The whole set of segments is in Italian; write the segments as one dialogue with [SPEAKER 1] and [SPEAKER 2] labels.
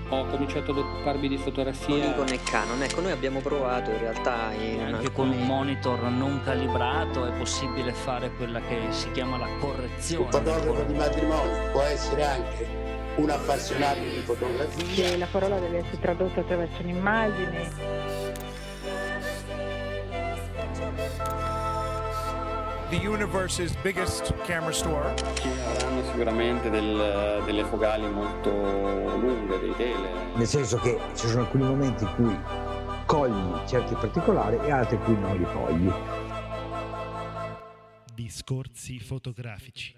[SPEAKER 1] ho cominciato ad occuparmi di fotografia.
[SPEAKER 2] Nikon e Canon, ecco, noi abbiamo provato in realtà
[SPEAKER 3] anche con un monitor non calibrato è possibile fare quella che si chiama la correzione.
[SPEAKER 4] Un fotografo di matrimonio può essere anche un appassionato di fotografia.
[SPEAKER 5] Che la parola deve essere tradotta attraverso un'immagine.
[SPEAKER 6] The universe's biggest camera store.
[SPEAKER 1] Ci avranno sicuramente delle focali molto lunghe, dei tele.
[SPEAKER 7] Nel senso che ci sono alcuni momenti in cui cogli certi particolari e altri in cui non li cogli.
[SPEAKER 8] Discorsi fotografici.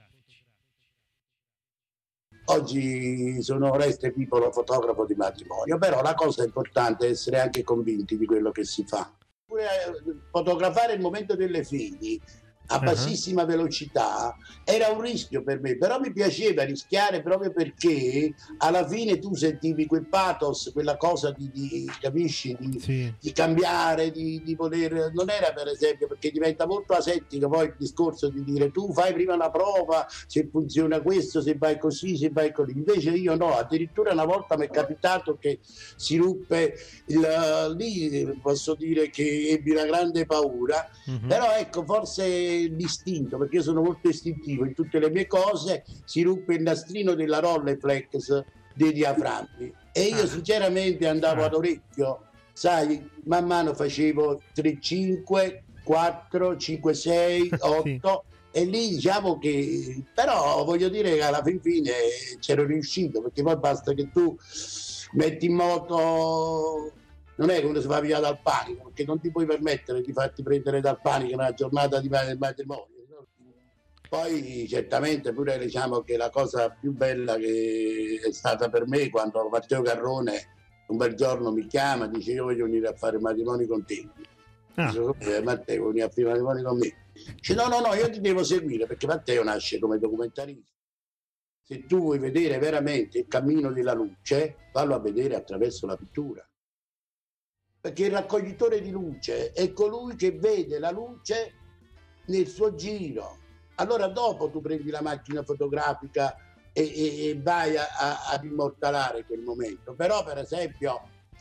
[SPEAKER 4] Oggi sono Oreste Pipolo, fotografo di matrimonio, però la cosa importante è essere anche convinti di quello che si fa. Fotografare il momento delle fedi a bassissima velocità era un rischio per me, però mi piaceva rischiare proprio perché alla fine tu sentivi quel pathos, quella cosa di capisci, di cambiare, di voler, non era per esempio, perché diventa molto asettico poi il discorso di dire tu fai prima la prova, se funziona questo, se vai così, se vai così, invece io no, addirittura una volta mi è capitato che si ruppe lì posso dire che ebbi una grande paura, però ecco forse l'istinto, perché io sono molto istintivo in tutte le mie cose, si ruppe il nastrino della Rolleiflex dei diaframmi e io sinceramente andavo ad orecchio, sai, man mano facevo 3-5, 4, 5, 6, 8 e lì diciamo che, però voglio dire che alla fine c'ero riuscito, perché poi basta che tu metti in moto. Non è che uno si fa via dal panico, perché non ti puoi permettere di farti prendere dal panico una giornata di matrimonio. Poi certamente pure diciamo che la cosa più bella che è stata per me quando Matteo Garrone un bel giorno mi chiama, dice io voglio venire a fare matrimoni con te. Dice, Matteo, vieni a fare matrimoni con me. Dice no, io ti devo seguire perché Matteo nasce come documentarista. Se tu vuoi vedere veramente il cammino della luce, vallo a vedere attraverso la pittura. Perché il raccoglitore di luce è colui che vede la luce nel suo giro. Allora dopo tu prendi la macchina fotografica e vai ad immortalare quel momento. Però per esempio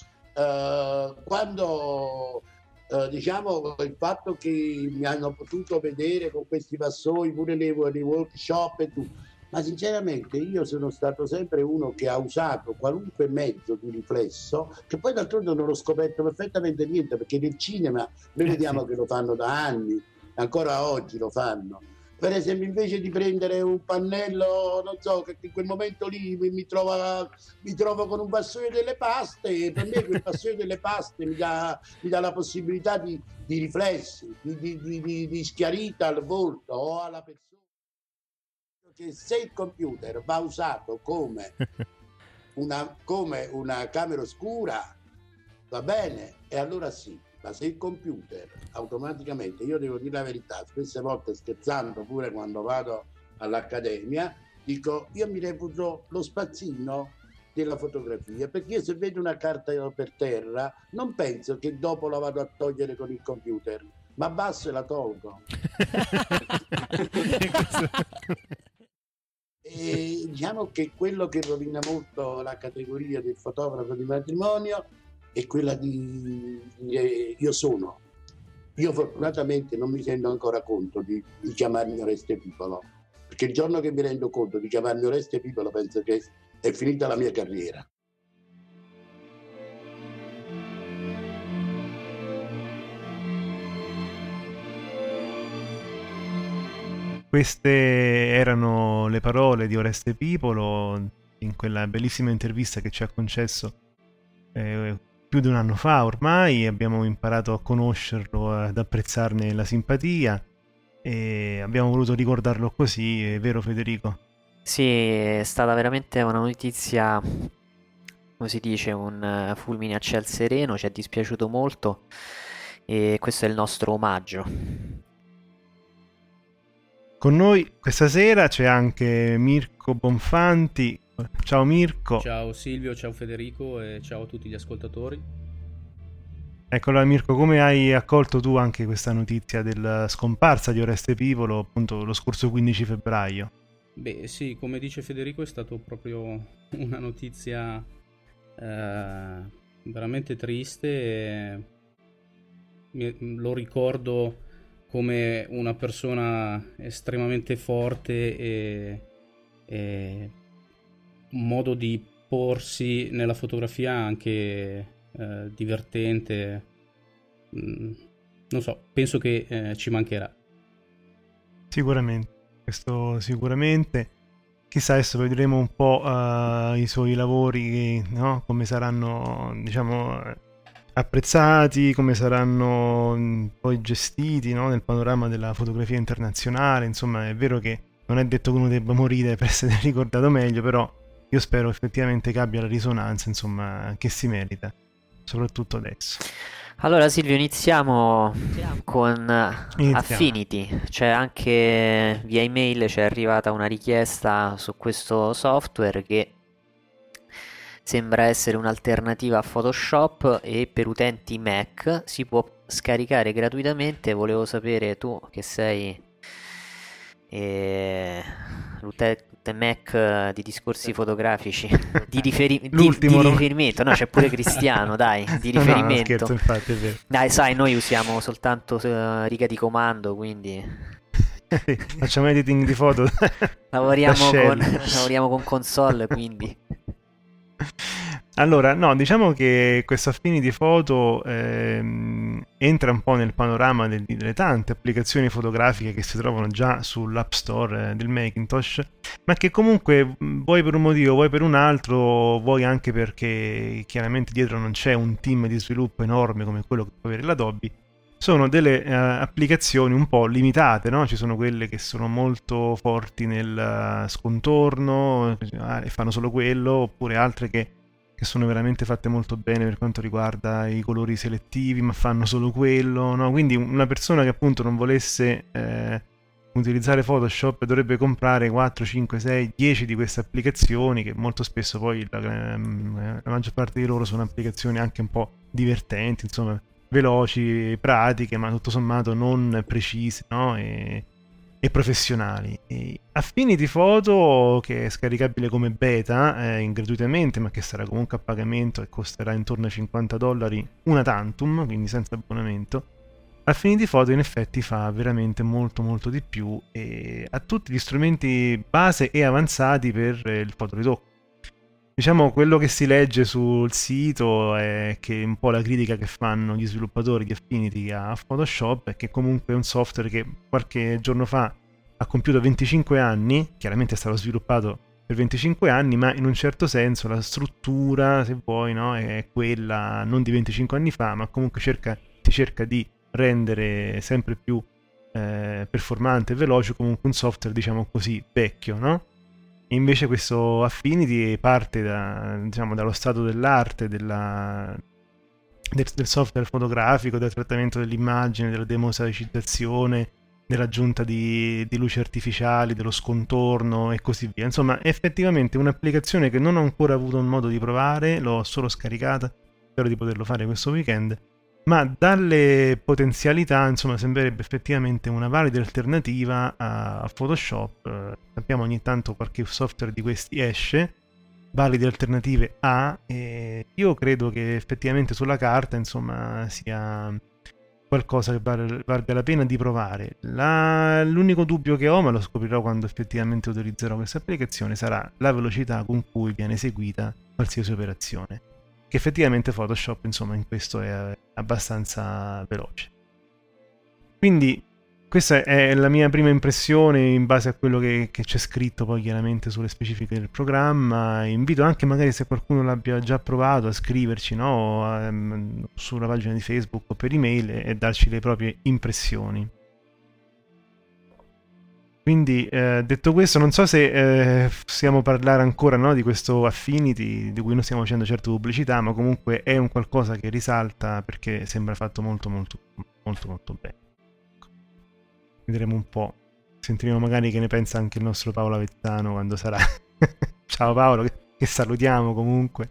[SPEAKER 4] quando diciamo il fatto che mi hanno potuto vedere con questi vassoi pure nei workshop e tutto, ma sinceramente io sono stato sempre uno che ha usato qualunque mezzo di riflesso, che poi d'altronde non ho scoperto perfettamente niente, perché nel cinema noi vediamo che lo fanno da anni, ancora oggi lo fanno. Per esempio invece di prendere un pannello, non so, che in quel momento lì mi trovo con un vassoio delle paste e per me quel vassoio delle paste mi dà la possibilità di riflessi, di schiarita al volto o alla persona. Che se il computer va usato come una camera oscura va bene, e allora sì, ma se il computer automaticamente, io devo dire la verità, spesse volte scherzando pure quando vado all'accademia, dico io mi reputo lo spazzino della fotografia, perché io se vedo una carta per terra non penso che dopo la vado a togliere con il computer, ma abbasso e la tolgo. E diciamo che quello che rovina molto la categoria del fotografo di matrimonio è quella di io fortunatamente non mi rendo ancora conto di chiamarmi Oreste Pipolo, perché il giorno che mi rendo conto di chiamarmi Oreste Pipolo penso che è finita la mia carriera.
[SPEAKER 8] Queste erano le parole di Oreste Pipolo in quella bellissima intervista che ci ha concesso più di un anno fa ormai. Abbiamo imparato a conoscerlo, ad apprezzarne la simpatia e abbiamo voluto ricordarlo così, è vero Federico?
[SPEAKER 2] Sì, è stata veramente una notizia, come si dice, un fulmine a ciel sereno, ci è dispiaciuto molto e questo è il nostro omaggio.
[SPEAKER 8] Con noi questa sera c'è anche Mirko Bonfanti. Ciao Mirko.
[SPEAKER 1] Ciao Silvio, ciao Federico e ciao a tutti gli ascoltatori.
[SPEAKER 8] Eccola Mirko, come hai accolto tu anche questa notizia della scomparsa di Oreste Pipolo appunto lo scorso 15 febbraio?
[SPEAKER 1] Beh sì, come dice Federico è stato proprio una notizia
[SPEAKER 9] veramente triste, e lo ricordo come una persona estremamente forte e un modo di porsi nella fotografia anche divertente. Non so, penso che ci mancherà.
[SPEAKER 8] Sicuramente, questo sicuramente. Chissà, adesso vedremo un po' i suoi lavori, no? Come saranno, diciamo, apprezzati, come saranno poi gestiti, no? Nel panorama della fotografia internazionale. Insomma, è vero che non è detto che uno debba morire per essere ricordato meglio, però io spero effettivamente che abbia la risonanza, insomma, che si merita, soprattutto adesso.
[SPEAKER 2] Allora Silvio, iniziamo con Affinity, cioè anche via email ci è arrivata una richiesta su questo software che sembra essere un'alternativa a Photoshop e per utenti Mac si può scaricare gratuitamente. Volevo sapere, tu che sei l'utente Mac di discorsi fotografici di riferimento, no, c'è pure Cristiano, dai, di riferimento.
[SPEAKER 8] No, scherzo, infatti, è vero.
[SPEAKER 2] Dai, sai, noi usiamo soltanto riga di comando, quindi
[SPEAKER 8] facciamo editing di foto.
[SPEAKER 2] lavoriamo con console, quindi
[SPEAKER 8] allora, no, diciamo che questo Affinity Photo entra un po' nel panorama delle tante applicazioni fotografiche che si trovano già sull'App Store del Macintosh, ma che comunque, vuoi per un motivo, vuoi per un altro, vuoi anche perché chiaramente dietro non c'è un team di sviluppo enorme come quello che può avere l'Adobe, sono delle applicazioni un po' limitate, no? Ci sono quelle che sono molto forti nel scontorno e fanno solo quello, oppure altre che sono veramente fatte molto bene per quanto riguarda i colori selettivi, ma fanno solo quello, no? Quindi una persona che appunto non volesse utilizzare Photoshop dovrebbe comprare 4, 5, 6, 10 di queste applicazioni, che molto spesso poi la maggior parte di loro sono applicazioni anche un po' divertenti, insomma, veloci, pratiche, ma tutto sommato non precise, no? E professionali. Affinity Photo, che è scaricabile come beta gratuitamente, ma che sarà comunque a pagamento e costerà intorno ai $50 una tantum, quindi senza abbonamento. Affinity Photo in effetti fa veramente molto molto di più e ha tutti gli strumenti base e avanzati per il fotoritocco. Diciamo, quello che si legge sul sito è che un po' la critica che fanno gli sviluppatori di Affinity a Photoshop è che comunque è un software che qualche giorno fa ha compiuto 25 anni, chiaramente è stato sviluppato per 25 anni, ma in un certo senso la struttura, se vuoi, no, è quella non di 25 anni fa, ma comunque si cerca di rendere sempre più performante e veloce comunque un software, diciamo così, vecchio, no? E invece questo Affinity parte dallo stato dell'arte, del software fotografico, del trattamento dell'immagine, della demosaicizzazione, dell'aggiunta di luci artificiali, dello scontorno e così via. Insomma, è effettivamente un'applicazione che non ho ancora avuto un modo di provare, l'ho solo scaricata, spero di poterlo fare questo weekend, ma dalle potenzialità, insomma, sembrerebbe effettivamente una valida alternativa a Photoshop. Sappiamo ogni tanto qualche software di questi esce, valide alternative e io credo che effettivamente sulla carta, insomma, sia qualcosa che valga la pena di provare. L'unico dubbio che ho, ma lo scoprirò quando effettivamente utilizzerò questa applicazione, sarà la velocità con cui viene eseguita qualsiasi operazione, che effettivamente Photoshop, insomma, in questo è abbastanza veloce. Quindi questa è la mia prima impressione in base a quello che c'è scritto poi chiaramente sulle specifiche del programma. Invito anche, magari se qualcuno l'abbia già provato, a scriverci, no? Sulla pagina di Facebook o per email e darci le proprie impressioni. Quindi detto questo, non so se possiamo parlare ancora, no, di questo Affinity, di cui non stiamo facendo certo pubblicità, ma comunque è un qualcosa che risalta perché sembra fatto molto molto molto molto bene. Vedremo un po', sentiremo magari che ne pensa anche il nostro Paolo Avezzano quando sarà. Ciao Paolo, che salutiamo comunque.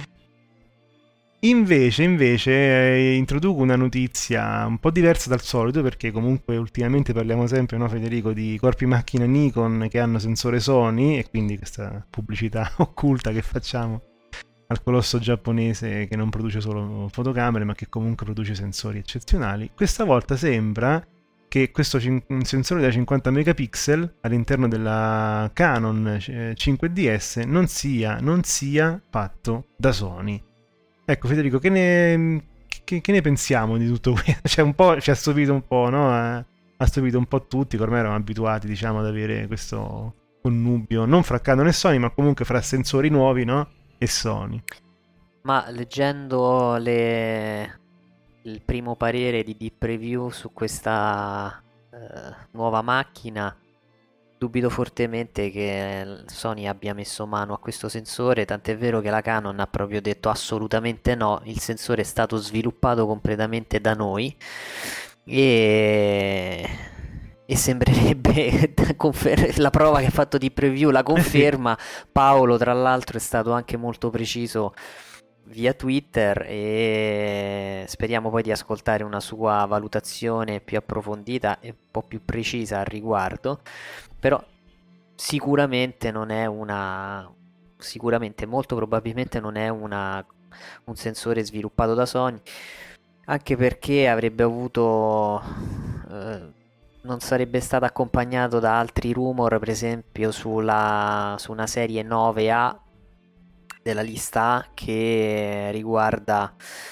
[SPEAKER 8] Invece introduco una notizia un po' diversa dal solito, perché comunque ultimamente parliamo sempre, no, Federico, di corpi macchina Nikon che hanno sensore Sony, e quindi questa pubblicità occulta che facciamo al colosso giapponese che non produce solo fotocamere ma che comunque produce sensori eccezionali. Questa volta sembra che questo sensore da 50 megapixel all'interno della Canon 5DS non sia fatto da Sony. Ecco Federico, che ne pensiamo di tutto questo? Cioè un po' ci ha stupito un po', no? Ha stupito un po' tutti, che ormai eravamo abituati, diciamo, ad avere questo connubio non fra Canon e Sony, ma comunque fra sensori nuovi, no? E Sony.
[SPEAKER 2] Ma leggendo il primo parere di Deep Preview su questa nuova macchina, dubito fortemente che Sony abbia messo mano a questo sensore, tant'è vero che la Canon ha proprio detto assolutamente no, il sensore è stato sviluppato completamente da noi e sembrerebbe la prova che ha fatto di preview la conferma. Paolo tra l'altro è stato anche molto preciso via Twitter e speriamo poi di ascoltare una sua valutazione più approfondita e un po' più precisa al riguardo. Però sicuramente molto probabilmente non è un sensore sviluppato da Sony, anche perché avrebbe avuto non sarebbe stato accompagnato da altri rumor, per esempio su una serie 9A della lista A che riguarda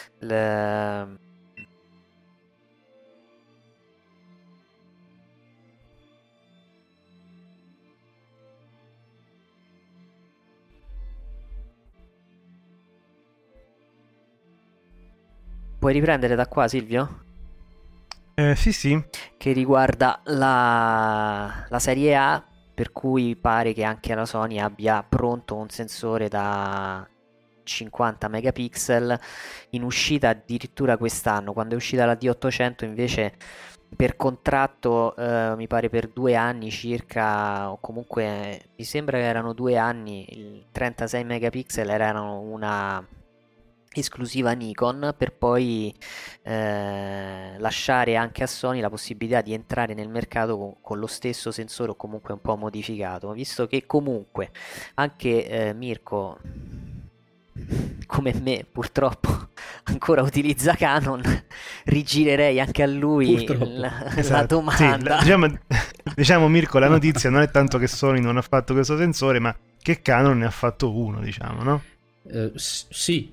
[SPEAKER 2] Puoi riprendere da qua, Silvio?
[SPEAKER 8] Sì.
[SPEAKER 2] Che riguarda la serie A, per cui pare che anche la Sony abbia pronto un sensore da 50 megapixel in uscita addirittura quest'anno. Quando è uscita la D800 invece per contratto mi pare per 2 anni circa, o comunque mi sembra che erano 2 anni, il 36 megapixel erano una esclusiva Nikon, per poi lasciare anche a Sony la possibilità di entrare nel mercato con lo stesso sensore o comunque un po' modificato, visto che comunque anche Mirko come me purtroppo ancora utilizza Canon, rigirerei anche a lui la domanda.
[SPEAKER 8] Sì, diciamo Mirko, la notizia non è tanto che Sony non ha fatto questo sensore, ma che Canon ne ha fatto uno, diciamo, no?
[SPEAKER 9] Sì.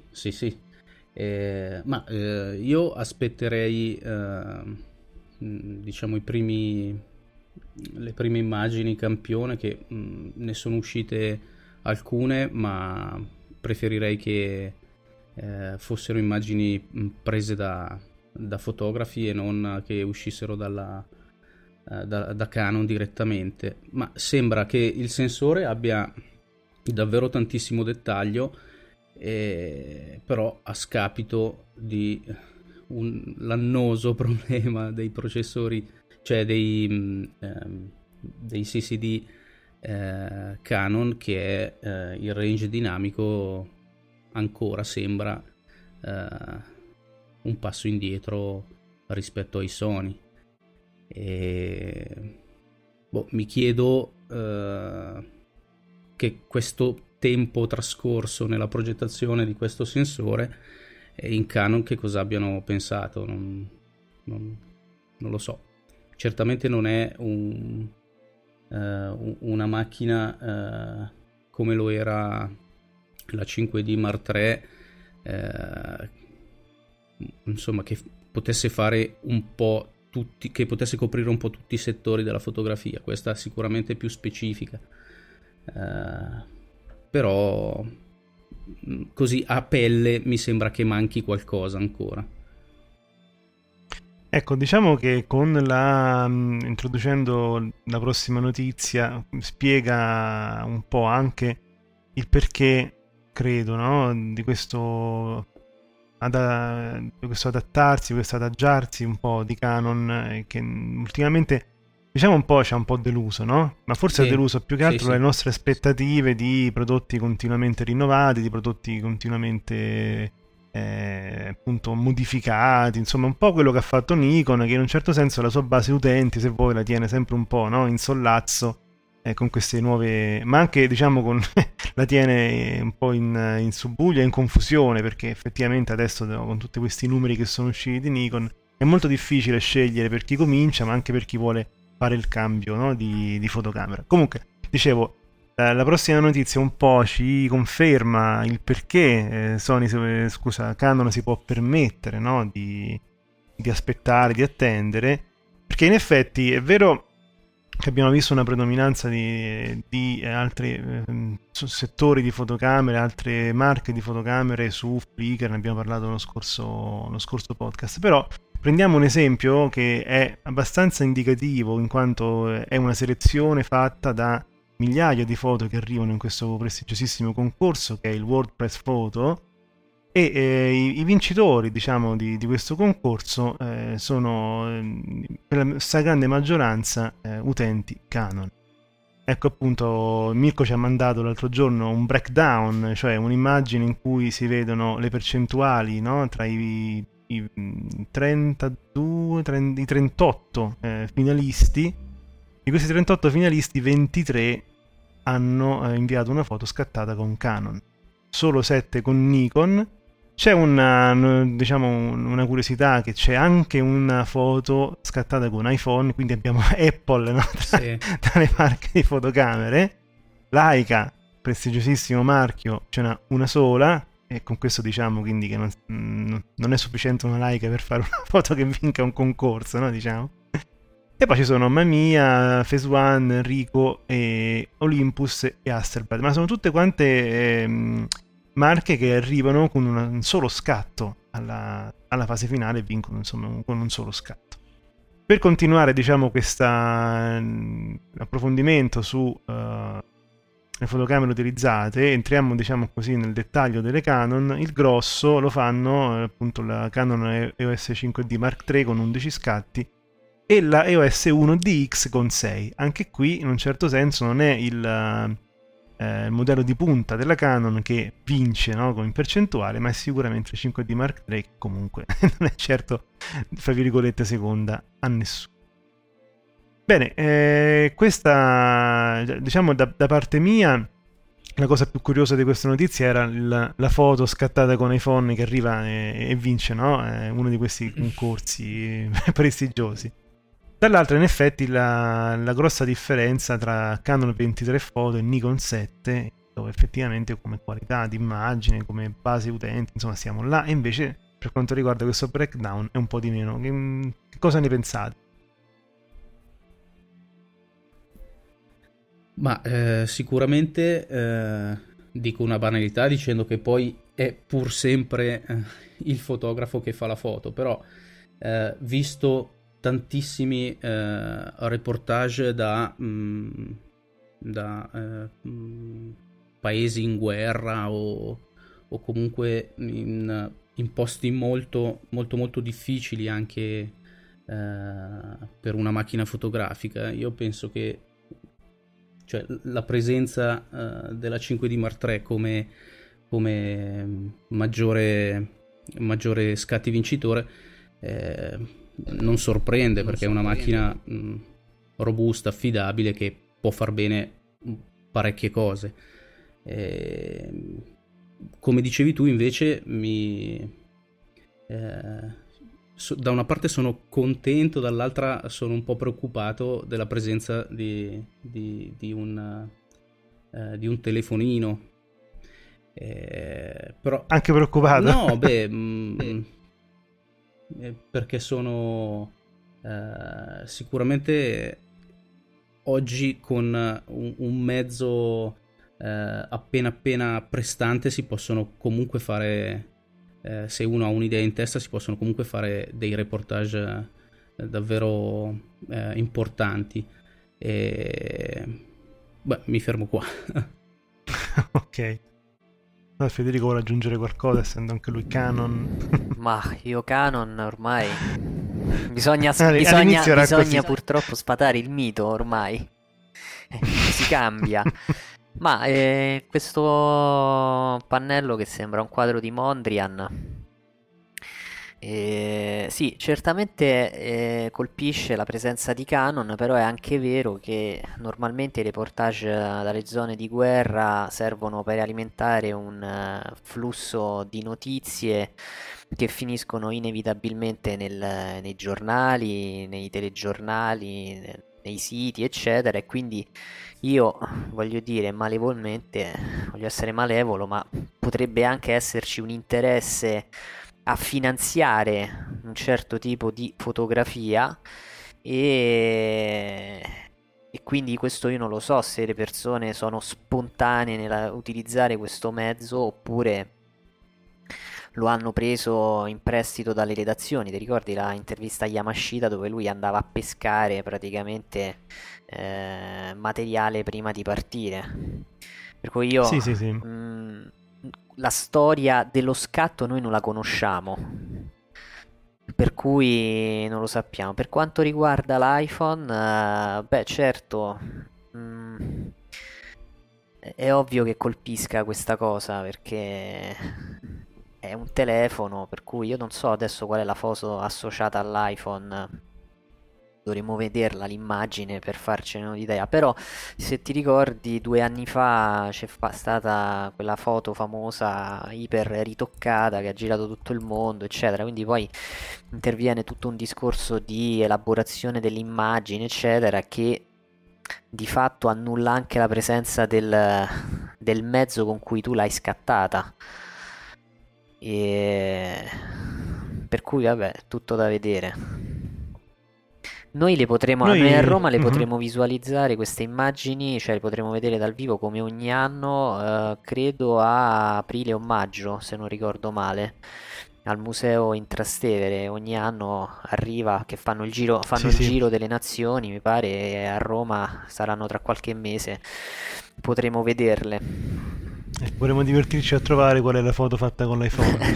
[SPEAKER 9] Ma io aspetterei diciamo le prime immagini campione, che ne sono uscite alcune, ma preferirei che fossero immagini prese da fotografi e non che uscissero da Canon direttamente. Ma sembra che il sensore abbia davvero tantissimo dettaglio, però a scapito di l'annoso problema dei processori, cioè dei CCD Canon, che è il range dinamico ancora sembra un passo indietro rispetto ai Sony. Mi chiedo che questo tempo trascorso nella progettazione di questo sensore in Canon che cosa abbiano pensato, non lo so. Certamente non è una macchina come lo era la 5D Mark III, insomma, che potesse fare un po' che potesse coprire un po' tutti i settori della fotografia. Questa è sicuramente più specifica, però così a pelle mi sembra che manchi qualcosa ancora.
[SPEAKER 8] Ecco, diciamo che introducendo la prossima notizia spiega un po' anche il perché, credo, no? di questo adattarsi, questo adagiarsi un po' di Canon, che ultimamente diciamo un po' ci ha un po' deluso, no? Ma forse ha deluso più che altro le nostre aspettative di prodotti continuamente rinnovati, di prodotti continuamente appunto modificati, insomma un po' quello che ha fatto Nikon, che in un certo senso la sua base utenti, se vuoi, la tiene sempre un po', no? In sollazzo con queste nuove, ma anche diciamo la tiene un po' in subbuglio e in confusione, perché effettivamente adesso con tutti questi numeri che sono usciti di Nikon è molto difficile scegliere per chi comincia, ma anche per chi vuole fare il cambio, no, di fotocamera. Comunque, dicevo, la prossima notizia un po' ci conferma il perché Canon si può permettere, no, di aspettare, di attendere, perché in effetti è vero che abbiamo visto una predominanza di altri settori di fotocamere, altre marche di fotocamere su Flickr, ne abbiamo parlato lo scorso podcast, però prendiamo un esempio che è abbastanza indicativo, in quanto è una selezione fatta da migliaia di foto che arrivano in questo prestigiosissimo concorso che è il World Press Photo, e i vincitori, diciamo, di questo concorso sono per la stragrande maggioranza utenti Canon. Ecco, appunto, Mirko ci ha mandato l'altro giorno un breakdown, cioè un'immagine in cui si vedono le percentuali, no, tra i 38 finalisti. Di questi 38 finalisti 23 hanno inviato una foto scattata con Canon, solo 7 con Nikon. C'è una curiosità, che c'è anche una foto scattata con iPhone, quindi abbiamo Apple, no? tra le marche di fotocamere. Leica, prestigiosissimo marchio, ce n'ha una sola, e con questo diciamo quindi che non è sufficiente una Leica per fare una foto che vinca un concorso, no? Diciamo. E poi ci sono Mamiya, Phase One, Ricoh, e Olympus e Hasselblad, ma sono tutte quante marche che arrivano con un solo scatto alla fase finale e vincono, insomma, con un solo scatto. Per continuare, diciamo, questo approfondimento su le fotocamere utilizzate, entriamo, diciamo così, nel dettaglio delle Canon. Il grosso lo fanno appunto la Canon EOS 5D Mark III con 11 scatti e la EOS 1DX con 6. Anche qui in un certo senso non è il modello di punta della Canon che vince, no, in percentuale, ma è sicuramente il 5D Mark III, che comunque non è certo, fra virgolette, seconda a nessuno. Bene, questa, diciamo, da parte mia, la cosa più curiosa di questa notizia era la foto scattata con iPhone che arriva e vince, no? Uno di questi concorsi prestigiosi. Dall'altra, in effetti, la grossa differenza tra Canon 23 foto e Nikon 7, dove effettivamente come qualità di immagine, come base utenti, insomma, siamo là, e invece per quanto riguarda questo breakdown è un po' di meno. Che cosa ne pensate?
[SPEAKER 9] Ma sicuramente dico una banalità dicendo che poi è pur sempre il fotografo che fa la foto, però visto tantissimi reportage da paesi in guerra o comunque in posti molto molto molto difficili anche per una macchina fotografica. Io penso che, cioè, la presenza della 5D Mark III come maggiore scatti vincitore non sorprende, perché è una macchina robusta, affidabile, che può far bene parecchie cose. Come dicevi tu, invece, da una parte sono contento, dall'altra sono un po' preoccupato della presenza di un telefonino. Però
[SPEAKER 8] anche preoccupato?
[SPEAKER 9] No, perché sono sicuramente oggi con un mezzo appena prestante si possono comunque fare, se uno ha un'idea in testa, si possono comunque fare dei reportage davvero importanti. Mi fermo qua.
[SPEAKER 8] Ok. Federico vuole aggiungere qualcosa, essendo anche lui Canon?
[SPEAKER 2] Ma io Canon ormai bisogna purtroppo sfatare il mito ormai. Si cambia. Ma questo pannello che sembra un quadro di Mondrian Sì, certamente colpisce la presenza di Canon, però è anche vero che normalmente i reportage dalle zone di guerra servono per alimentare un flusso di notizie che finiscono inevitabilmente nei giornali, nei telegiornali, nei siti, eccetera, e quindi io voglio dire malevolmente, voglio essere malevolo, ma potrebbe anche esserci un interesse a finanziare un certo tipo di fotografia e quindi questo io non lo so se le persone sono spontanee nell'utilizzare questo mezzo oppure lo hanno preso in prestito dalle redazioni. Ti ricordi la intervista a Yamashita dove lui andava a pescare praticamente materiale prima di partire? Per cui io
[SPEAKER 8] Sì.
[SPEAKER 2] la storia dello scatto noi non la conosciamo, per cui non lo sappiamo. Per quanto riguarda l'iPhone, beh certo, è ovvio che colpisca questa cosa perché è un telefono, per cui io non so adesso qual è la foto associata all'iPhone. Dovremmo vederla l'immagine per farcene un'idea, però se ti ricordi 2 anni fa stata quella foto famosa iper ritoccata che ha girato tutto il mondo, eccetera, quindi poi interviene tutto un discorso di elaborazione dell'immagine, eccetera, che di fatto annulla anche la presenza del mezzo con cui tu l'hai scattata. E per cui vabbè, tutto da vedere. Noi a Roma le potremo visualizzare queste immagini, cioè le potremo vedere dal vivo come ogni anno, credo a aprile o maggio, se non ricordo male, al museo in Trastevere. Ogni anno arriva che fanno il giro delle nazioni, mi pare, e a Roma saranno tra qualche mese, potremo vederle.
[SPEAKER 8] Potremmo divertirci a trovare qual è la foto fatta con l'iPhone.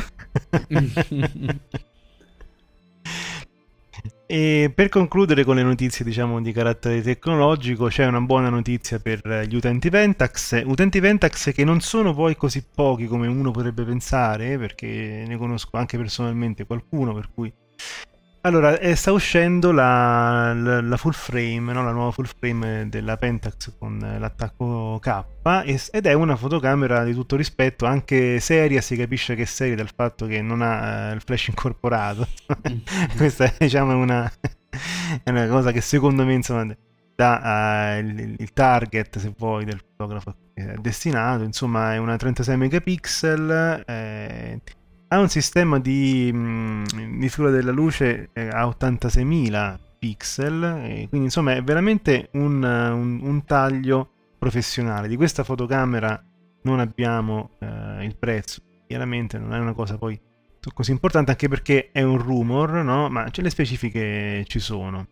[SPEAKER 8] E per concludere con le notizie, diciamo, di carattere tecnologico, c'è una buona notizia per gli utenti Pentax che non sono poi così pochi come uno potrebbe pensare, perché ne conosco anche personalmente qualcuno, per cui allora sta uscendo la full frame, no? La nuova full frame della Pentax con l'attacco K ed è una fotocamera di tutto rispetto, anche seria, si capisce che è seria dal fatto che non ha il flash incorporato. Questa è, diciamo, è una cosa che secondo me, insomma, dà il target, se vuoi, del fotografo che è destinato. Insomma, è una 36 megapixel, ha un sistema di misura della luce a 86.000 pixel, quindi insomma è veramente un taglio professionale. Di questa fotocamera non abbiamo il prezzo, chiaramente non è una cosa poi così importante, anche perché è un rumor, no? Ma le specifiche ci sono.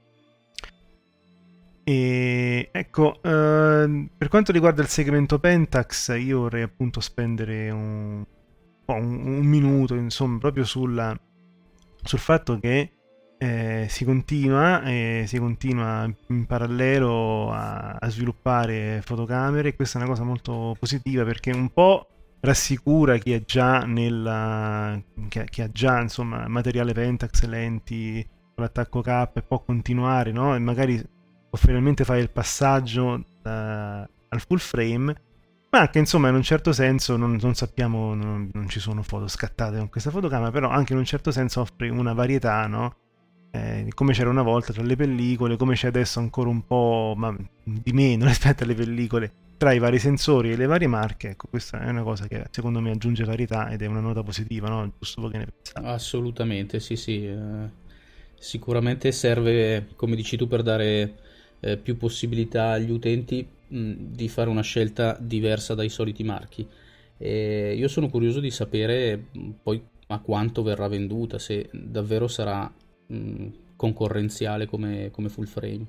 [SPEAKER 8] E ecco, per quanto riguarda il segmento Pentax, io vorrei appunto spendere un minuto, insomma, proprio sul fatto che si continua in parallelo a sviluppare fotocamere, e questa è una cosa molto positiva perché un po' rassicura chi è già chi ha già, insomma, materiale Pentax, lenti con l'attacco K e può continuare, no? E magari può finalmente fare il passaggio al full frame. Ma anche, insomma, in un certo senso, non sappiamo, non ci sono foto scattate con questa fotocamera, però anche in un certo senso offre una varietà, no? Come c'era una volta tra le pellicole, come c'è adesso ancora un po', ma di meno rispetto alle pellicole, tra i vari sensori e le varie marche. Ecco, questa è una cosa che secondo me aggiunge varietà ed è una nota positiva, no? Giusto, voi che ne pensate?
[SPEAKER 9] Assolutamente, sì. Sicuramente serve, come dici tu, per dare più possibilità agli utenti di fare una scelta diversa dai soliti marchi. E io sono curioso di sapere poi a quanto verrà venduta, se davvero sarà concorrenziale come full frame.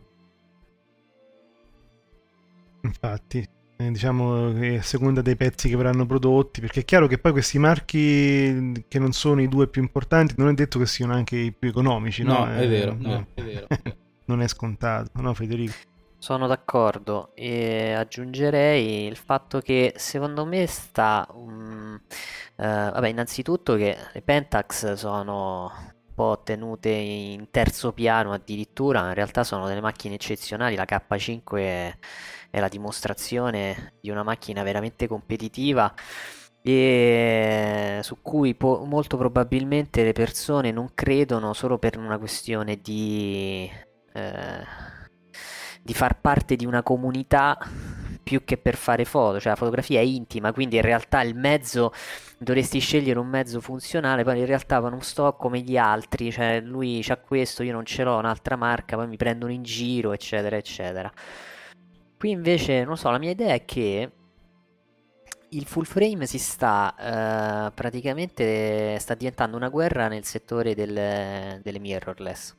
[SPEAKER 8] Infatti, diciamo che a seconda dei pezzi che verranno prodotti, perché è chiaro che poi questi marchi che non sono i due più importanti non è detto che siano anche i più economici, no?
[SPEAKER 9] È vero,
[SPEAKER 8] no.
[SPEAKER 9] È vero.
[SPEAKER 8] Non è scontato, no, Federico?
[SPEAKER 2] Sono d'accordo, e aggiungerei il fatto che secondo me sta Vabbè, innanzitutto che le Pentax sono un po' tenute in terzo piano addirittura, in realtà sono delle macchine eccezionali, la K5 è la dimostrazione di una macchina veramente competitiva e su cui molto probabilmente le persone non credono solo per una questione di far parte di una comunità più che per fare foto, cioè la fotografia è intima, quindi in realtà il mezzo dovresti scegliere un mezzo funzionale, poi in realtà non sto come gli altri, cioè lui c'ha questo, io non ce l'ho, un'altra marca, poi mi prendono in giro, eccetera, eccetera. Qui invece, non so, la mia idea è che il full frame si sta praticamente sta diventando una guerra nel settore delle mirrorless.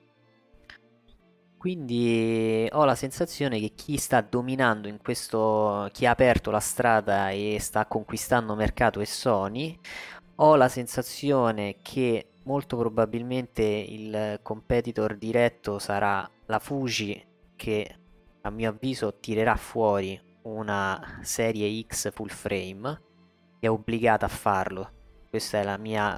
[SPEAKER 2] Quindi ho la sensazione che chi sta dominando in questo, chi ha aperto la strada e sta conquistando mercato è Sony. Ho la sensazione che molto probabilmente il competitor diretto sarà la Fuji, che a mio avviso tirerà fuori una serie X full frame, è obbligata a farlo. Questa è la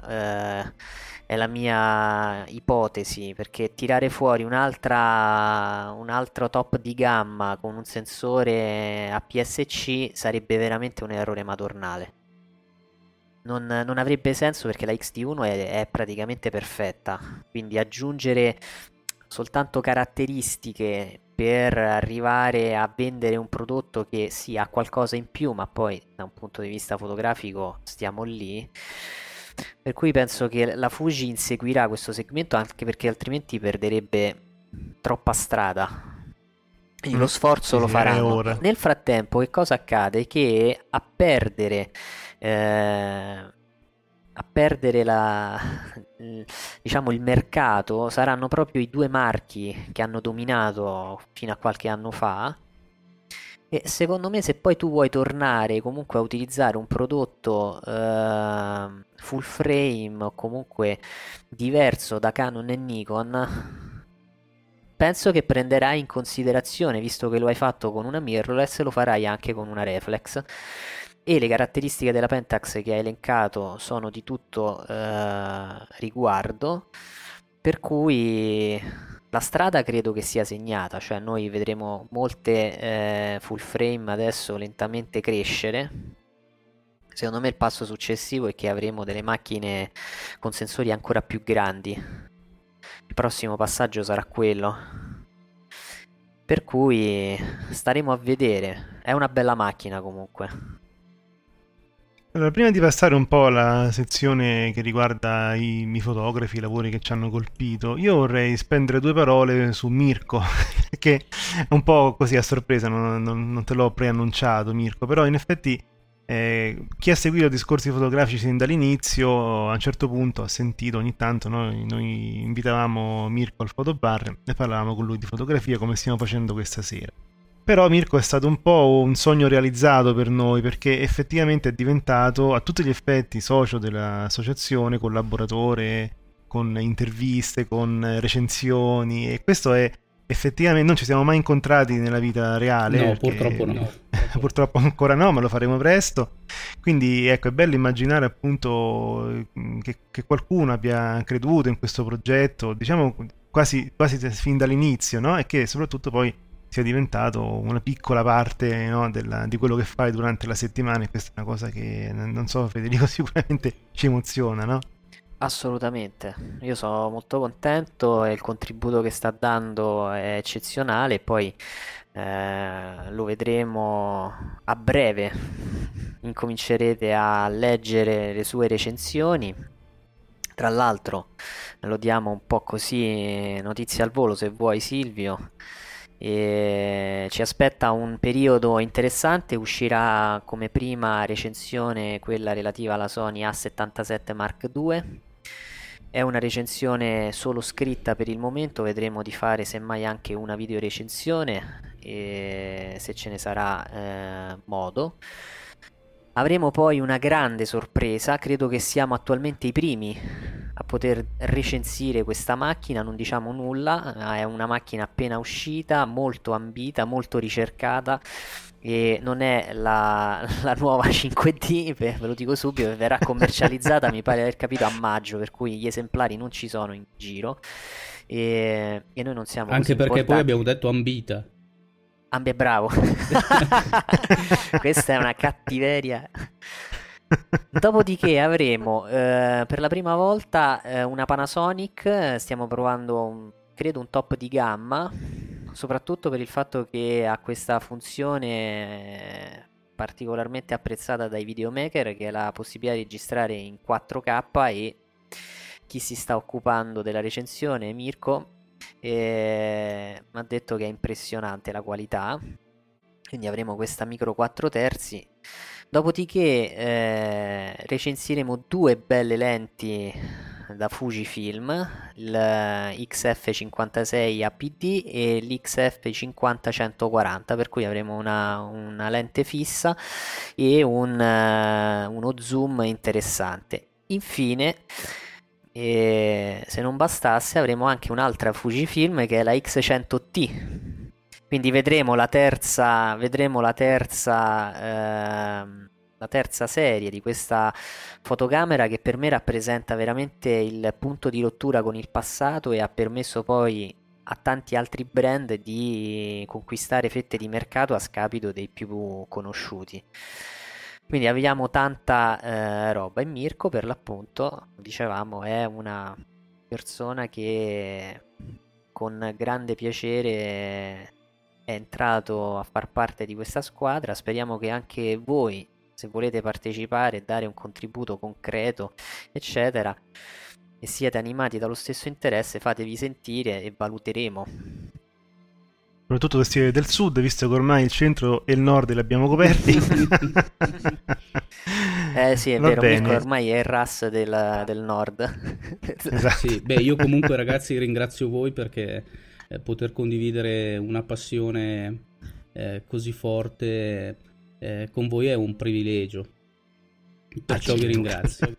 [SPEAKER 2] mia ipotesi, perché tirare fuori un altro top di gamma con un sensore APS-C sarebbe veramente un errore madornale. Non avrebbe senso, perché la XT1 è praticamente perfetta, quindi aggiungere soltanto caratteristiche per arrivare a vendere un prodotto che sì, ha qualcosa in più, ma poi da un punto di vista fotografico stiamo lì. Per cui penso che la Fuji inseguirà questo segmento, anche perché altrimenti perderebbe troppa strada. Quindi lo sforzo lo faranno. Nel frattempo, che cosa accade? Che a perdere diciamo il mercato saranno proprio i due marchi che hanno dominato fino a qualche anno fa, e secondo me se poi tu vuoi tornare comunque a utilizzare un prodotto full frame o comunque diverso da Canon e Nikon, penso che prenderai in considerazione, visto che lo hai fatto con una mirrorless, lo farai anche con una reflex. E le caratteristiche della Pentax che hai elencato sono di tutto riguardo, per cui la strada credo che sia segnata, cioè noi vedremo molte full frame adesso lentamente crescere. Secondo me il passo successivo è che avremo delle macchine con sensori ancora più grandi. Il prossimo passaggio sarà quello. Per cui staremo a vedere. È una bella macchina comunque.
[SPEAKER 8] Allora, prima di passare un po' alla sezione che riguarda i fotografi, i lavori che ci hanno colpito, io vorrei spendere due parole su Mirko, che è un po' così a sorpresa, non te l'ho preannunciato Mirko, però in effetti chi ha seguito discorsi fotografici sin dall'inizio a un certo punto ha sentito ogni tanto, noi invitavamo Mirko al fotobar e parlavamo con lui di fotografia come stiamo facendo questa sera. Però Mirko è stato un po' un sogno realizzato per noi, perché effettivamente è diventato a tutti gli effetti socio dell'associazione, collaboratore, con interviste, con recensioni, e questo è effettivamente, non ci siamo mai incontrati nella vita reale.
[SPEAKER 9] No, purtroppo no.
[SPEAKER 8] Purtroppo ancora no, ma lo faremo presto. Quindi ecco, è bello immaginare appunto che qualcuno abbia creduto in questo progetto, diciamo quasi fin dall'inizio, no? E che soprattutto poi sia diventato una piccola parte, no, di quello che fai durante la settimana, e questa è una cosa che, non so, Federico, sicuramente ci emoziona, no?
[SPEAKER 2] Assolutamente, io sono molto contento e il contributo che sta dando è eccezionale, poi lo vedremo a breve, incomincerete a leggere le sue recensioni. Tra l'altro lo diamo un po' così, notizie al volo se vuoi Silvio. E ci aspetta un periodo interessante, uscirà come prima recensione quella relativa alla Sony A77 Mark II. È una recensione solo scritta per il momento, vedremo di fare semmai anche una video recensione se ce ne sarà modo. Avremo poi una grande sorpresa, credo che siamo attualmente i primi a poter recensire questa macchina, non diciamo nulla, è una macchina appena uscita, molto ambita, molto ricercata e non è la nuova 5D, ve lo dico subito, verrà commercializzata mi pare di aver capito a maggio, per cui gli esemplari non ci sono in giro e noi non siamo
[SPEAKER 9] anche
[SPEAKER 2] così
[SPEAKER 9] perché
[SPEAKER 2] importanti.
[SPEAKER 9] poi abbiamo detto ambita.
[SPEAKER 2] Bravo. Questa è una cattiveria. Dopodiché avremo per la prima volta una Panasonic, stiamo provando credo un top di gamma, soprattutto per il fatto che ha questa funzione particolarmente apprezzata dai videomaker, che è la possibilità di registrare in 4K, e chi si sta occupando della recensione, Mirko, mi ha detto che è impressionante la qualità, quindi avremo questa micro 4 terzi. Dopodiché recensiremo due belle lenti da Fujifilm, il XF56 APD e l'XF50-140, per cui avremo una lente fissa e uno zoom interessante. Infine, se non bastasse, avremo anche un'altra Fujifilm che è la X100T. Quindi vedremo la terza serie di questa fotocamera, che per me rappresenta veramente il punto di rottura con il passato e ha permesso poi a tanti altri brand di conquistare fette di mercato a scapito dei più conosciuti. Quindi abbiamo tanta roba, e Mirko, per l'appunto, dicevamo, è una persona che con grande piacere è entrato a far parte di questa squadra. Speriamo che anche voi, se volete partecipare e dare un contributo concreto, eccetera, e siete animati dallo stesso interesse, fatevi sentire e valuteremo.
[SPEAKER 8] Soprattutto se siete del sud, visto che ormai il centro e il nord li abbiamo coperti.
[SPEAKER 2] Sì, è vero, Mirko ormai è il RAS del nord.
[SPEAKER 9] Esatto. Sì, beh, io comunque, ragazzi, ringrazio voi, perché poter condividere una passione così forte con voi è un privilegio, perciò vi ringrazio.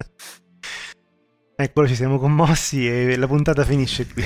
[SPEAKER 8] Ecco, ci siamo commossi e la puntata finisce qui.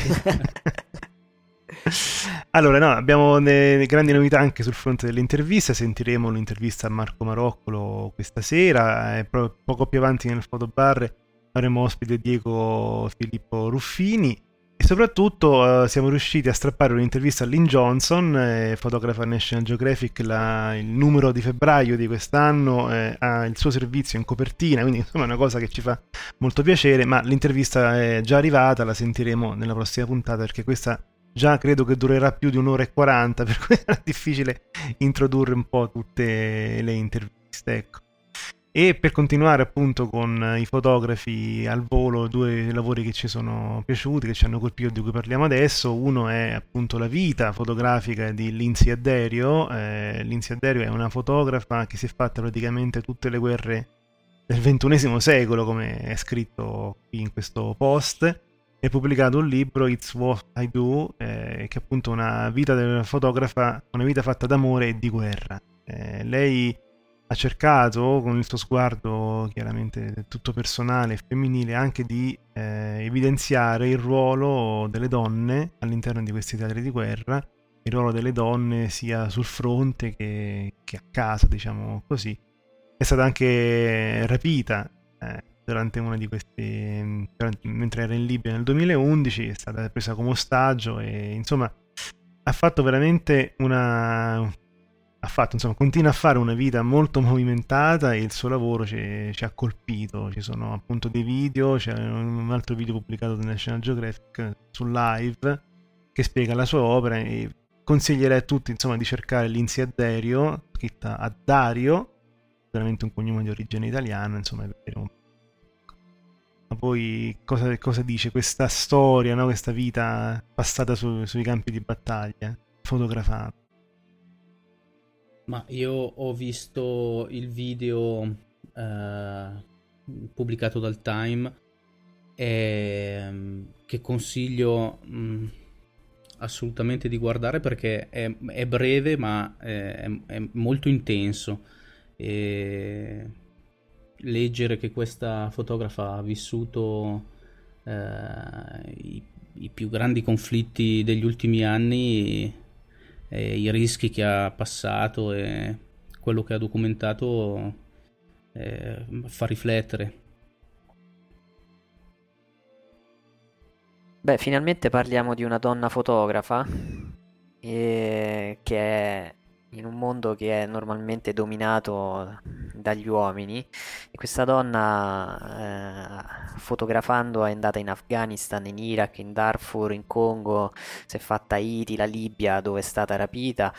[SPEAKER 8] Allora, no, abbiamo grandi novità anche sul fronte dell'intervista. Sentiremo l'intervista a Marco Maroccolo questa sera, poco più avanti nel fotobar avremo ospite Diego Filippo Ruffini. E soprattutto siamo riusciti a strappare un'intervista a Lynn Johnson, fotografa National Geographic. Il numero di febbraio di quest'anno ha il suo servizio in copertina, quindi insomma è una cosa che ci fa molto piacere, ma l'intervista è già arrivata, la sentiremo nella prossima puntata, perché questa già credo che durerà più di 1 ora e 40, per cui era difficile introdurre un po' tutte le interviste, ecco. E per continuare appunto con i fotografi al volo, due lavori che ci sono piaciuti, che ci hanno colpito, di cui parliamo adesso. Uno è appunto la vita fotografica di Lindsay Adderio. Lindsay Adderio è una fotografa che si è fatta praticamente tutte le guerre del XXI secolo, come è scritto qui in questo post. È pubblicato un libro, It's What I Do, che è appunto una vita del fotografa, una vita fatta d'amore e di guerra. Lei ha cercato, con il suo sguardo chiaramente tutto personale e femminile, anche di evidenziare il ruolo delle donne all'interno di questi teatri di guerra, il ruolo delle donne sia sul fronte che a casa, diciamo così. È stata anche rapita durante una di queste, mentre era in Libia nel 2011, è stata presa come ostaggio e insomma ha fatto veramente continua a fare una vita molto movimentata, e il suo lavoro ci ha colpito. Ci sono appunto dei video, c'è un altro video pubblicato da National Geographic su Live che spiega la sua opera, e consiglierei a tutti insomma di cercare Lindsay Adderio, scritta a Dario, veramente un cognome di origine italiana, insomma, vedere un po'. Ma poi cosa dice questa storia, no? Questa vita passata sui campi di battaglia, fotografata.
[SPEAKER 9] Ma io ho visto il video pubblicato dal Time, che consiglio assolutamente di guardare, perché è breve ma è molto intenso, e leggere che questa fotografa ha vissuto i più grandi conflitti degli ultimi anni i rischi che ha passato e quello che ha documentato fa riflettere.
[SPEAKER 2] Beh, finalmente parliamo di una donna fotografa che è in un mondo che è normalmente dominato dagli uomini, e questa donna fotografando è andata in Afghanistan, in Iraq, in Darfur, in Congo, si è fatta Haiti, la Libia dove è stata rapita,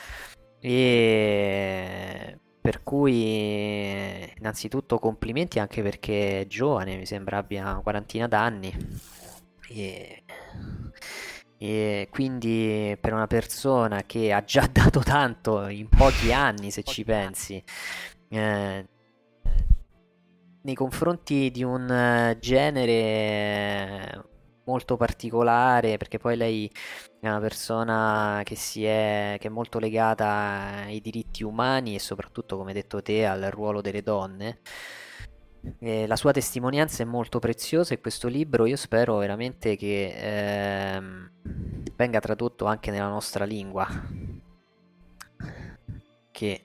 [SPEAKER 2] e per cui innanzitutto complimenti, anche perché è giovane, mi sembra abbia una quarantina d'anni. E quindi per una persona che ha già dato tanto in pochi anni, se ci pensi, nei confronti di un genere molto particolare, perché poi lei è una persona che è molto legata ai diritti umani e soprattutto, come hai detto te, al ruolo delle donne. La sua testimonianza è molto preziosa, e questo libro io spero veramente che venga tradotto anche nella nostra lingua, che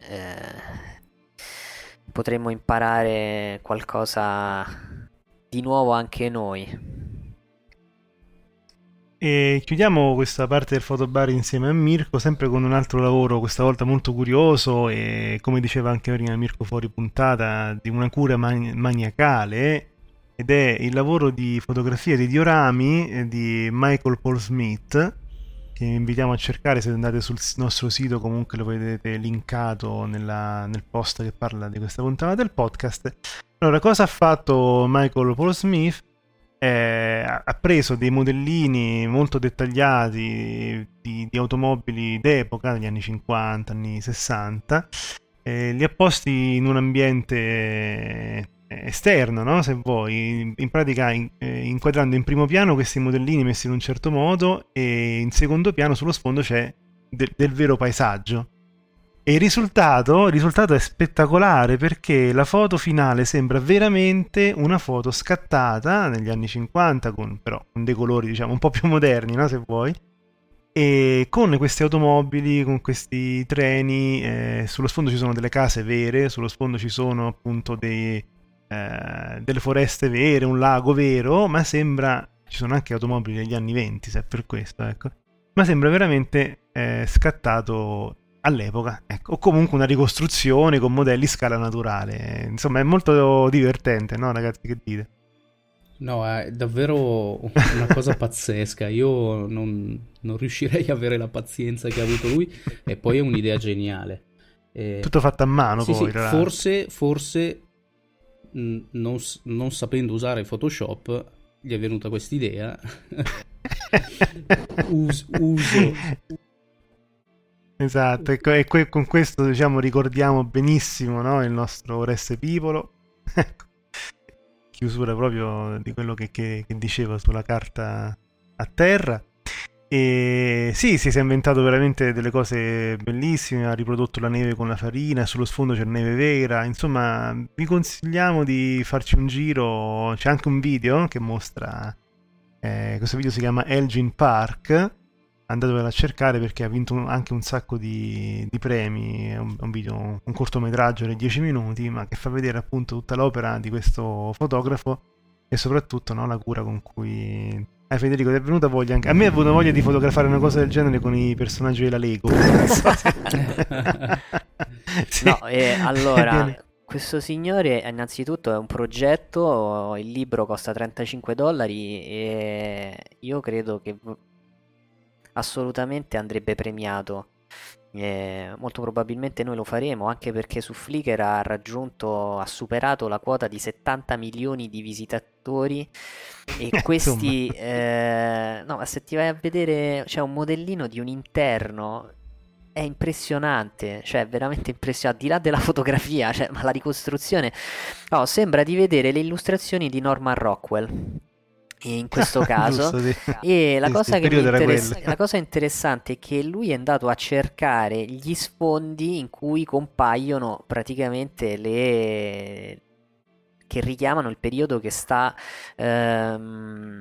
[SPEAKER 2] potremmo imparare qualcosa di nuovo anche noi.
[SPEAKER 8] E chiudiamo questa parte del fotobar insieme a Mirko, sempre con un altro lavoro, questa volta molto curioso e, come diceva anche prima Mirko fuori puntata, di una cura maniacale, ed è il lavoro di fotografia di diorami di Michael Paul Smith, che vi invitiamo a cercare. Se andate sul nostro sito comunque lo vedete linkato nel post che parla di questa puntata del podcast. Allora, cosa ha fatto Michael Paul Smith? Ha preso dei modellini molto dettagliati di automobili d'epoca, negli anni 50, anni 60, li ha posti in un ambiente esterno, no? Se vuoi, in pratica inquadrando in primo piano questi modellini messi in un certo modo, e in secondo piano sullo sfondo c'è del vero paesaggio. E il risultato è spettacolare, perché la foto finale sembra veramente una foto scattata negli anni 50, però con dei colori, diciamo, un po' più moderni, no? Se vuoi, e con queste automobili, con questi treni, sullo sfondo ci sono delle case vere, sullo sfondo ci sono appunto delle foreste vere, un lago vero, ma sembra, ci sono anche automobili degli anni 20, se è per questo, ecco, ma sembra veramente scattato all'epoca, ecco, o comunque una ricostruzione con modelli scala naturale. Insomma, è molto divertente, no, ragazzi, che dite?
[SPEAKER 9] No, è davvero una cosa pazzesca. Io non riuscirei a avere la pazienza che ha avuto lui, e poi è un'idea geniale.
[SPEAKER 8] Tutto fatto a mano,
[SPEAKER 9] sì,
[SPEAKER 8] poi.
[SPEAKER 9] Sì, forse non sapendo usare Photoshop gli è venuta quest'idea. Uso.
[SPEAKER 8] Esatto, e con questo, diciamo, ricordiamo benissimo, no, il nostro Oreste Pipolo. Ecco, chiusura proprio di quello che diceva sulla carta a terra. E sì, si è inventato veramente delle cose bellissime, ha riprodotto la neve con la farina, sullo sfondo c'è neve vera. Insomma, vi consigliamo di farci un giro. C'è anche un video che mostra, questo video si chiama Elgin Park, andatevelo a cercare perché ha vinto anche un sacco di premi. È un video, un cortometraggio di 10 minuti, ma che fa vedere appunto tutta l'opera di questo fotografo, e soprattutto, no, la cura con cui... Federico, ti è venuta voglia anche... A me è venuta voglia di fotografare una cosa del genere con i personaggi della Lego.
[SPEAKER 2] Sì. No, allora... Questo signore innanzitutto è un progetto, il libro costa $35 e io credo che assolutamente andrebbe premiato. Molto probabilmente noi lo faremo, anche perché su Flickr ha superato la quota di 70 milioni di visitatori, e questi no, ma se ti vai a vedere, c'è un modellino di un interno, è impressionante, cioè veramente impressionante, al di là della fotografia, cioè, ma la ricostruzione, sembra di vedere le illustrazioni di Norman Rockwell in questo caso.
[SPEAKER 8] Giusto, sì.
[SPEAKER 2] E la cosa la cosa interessante è che lui è andato a cercare gli sfondi in cui compaiono praticamente che richiamano il periodo che sta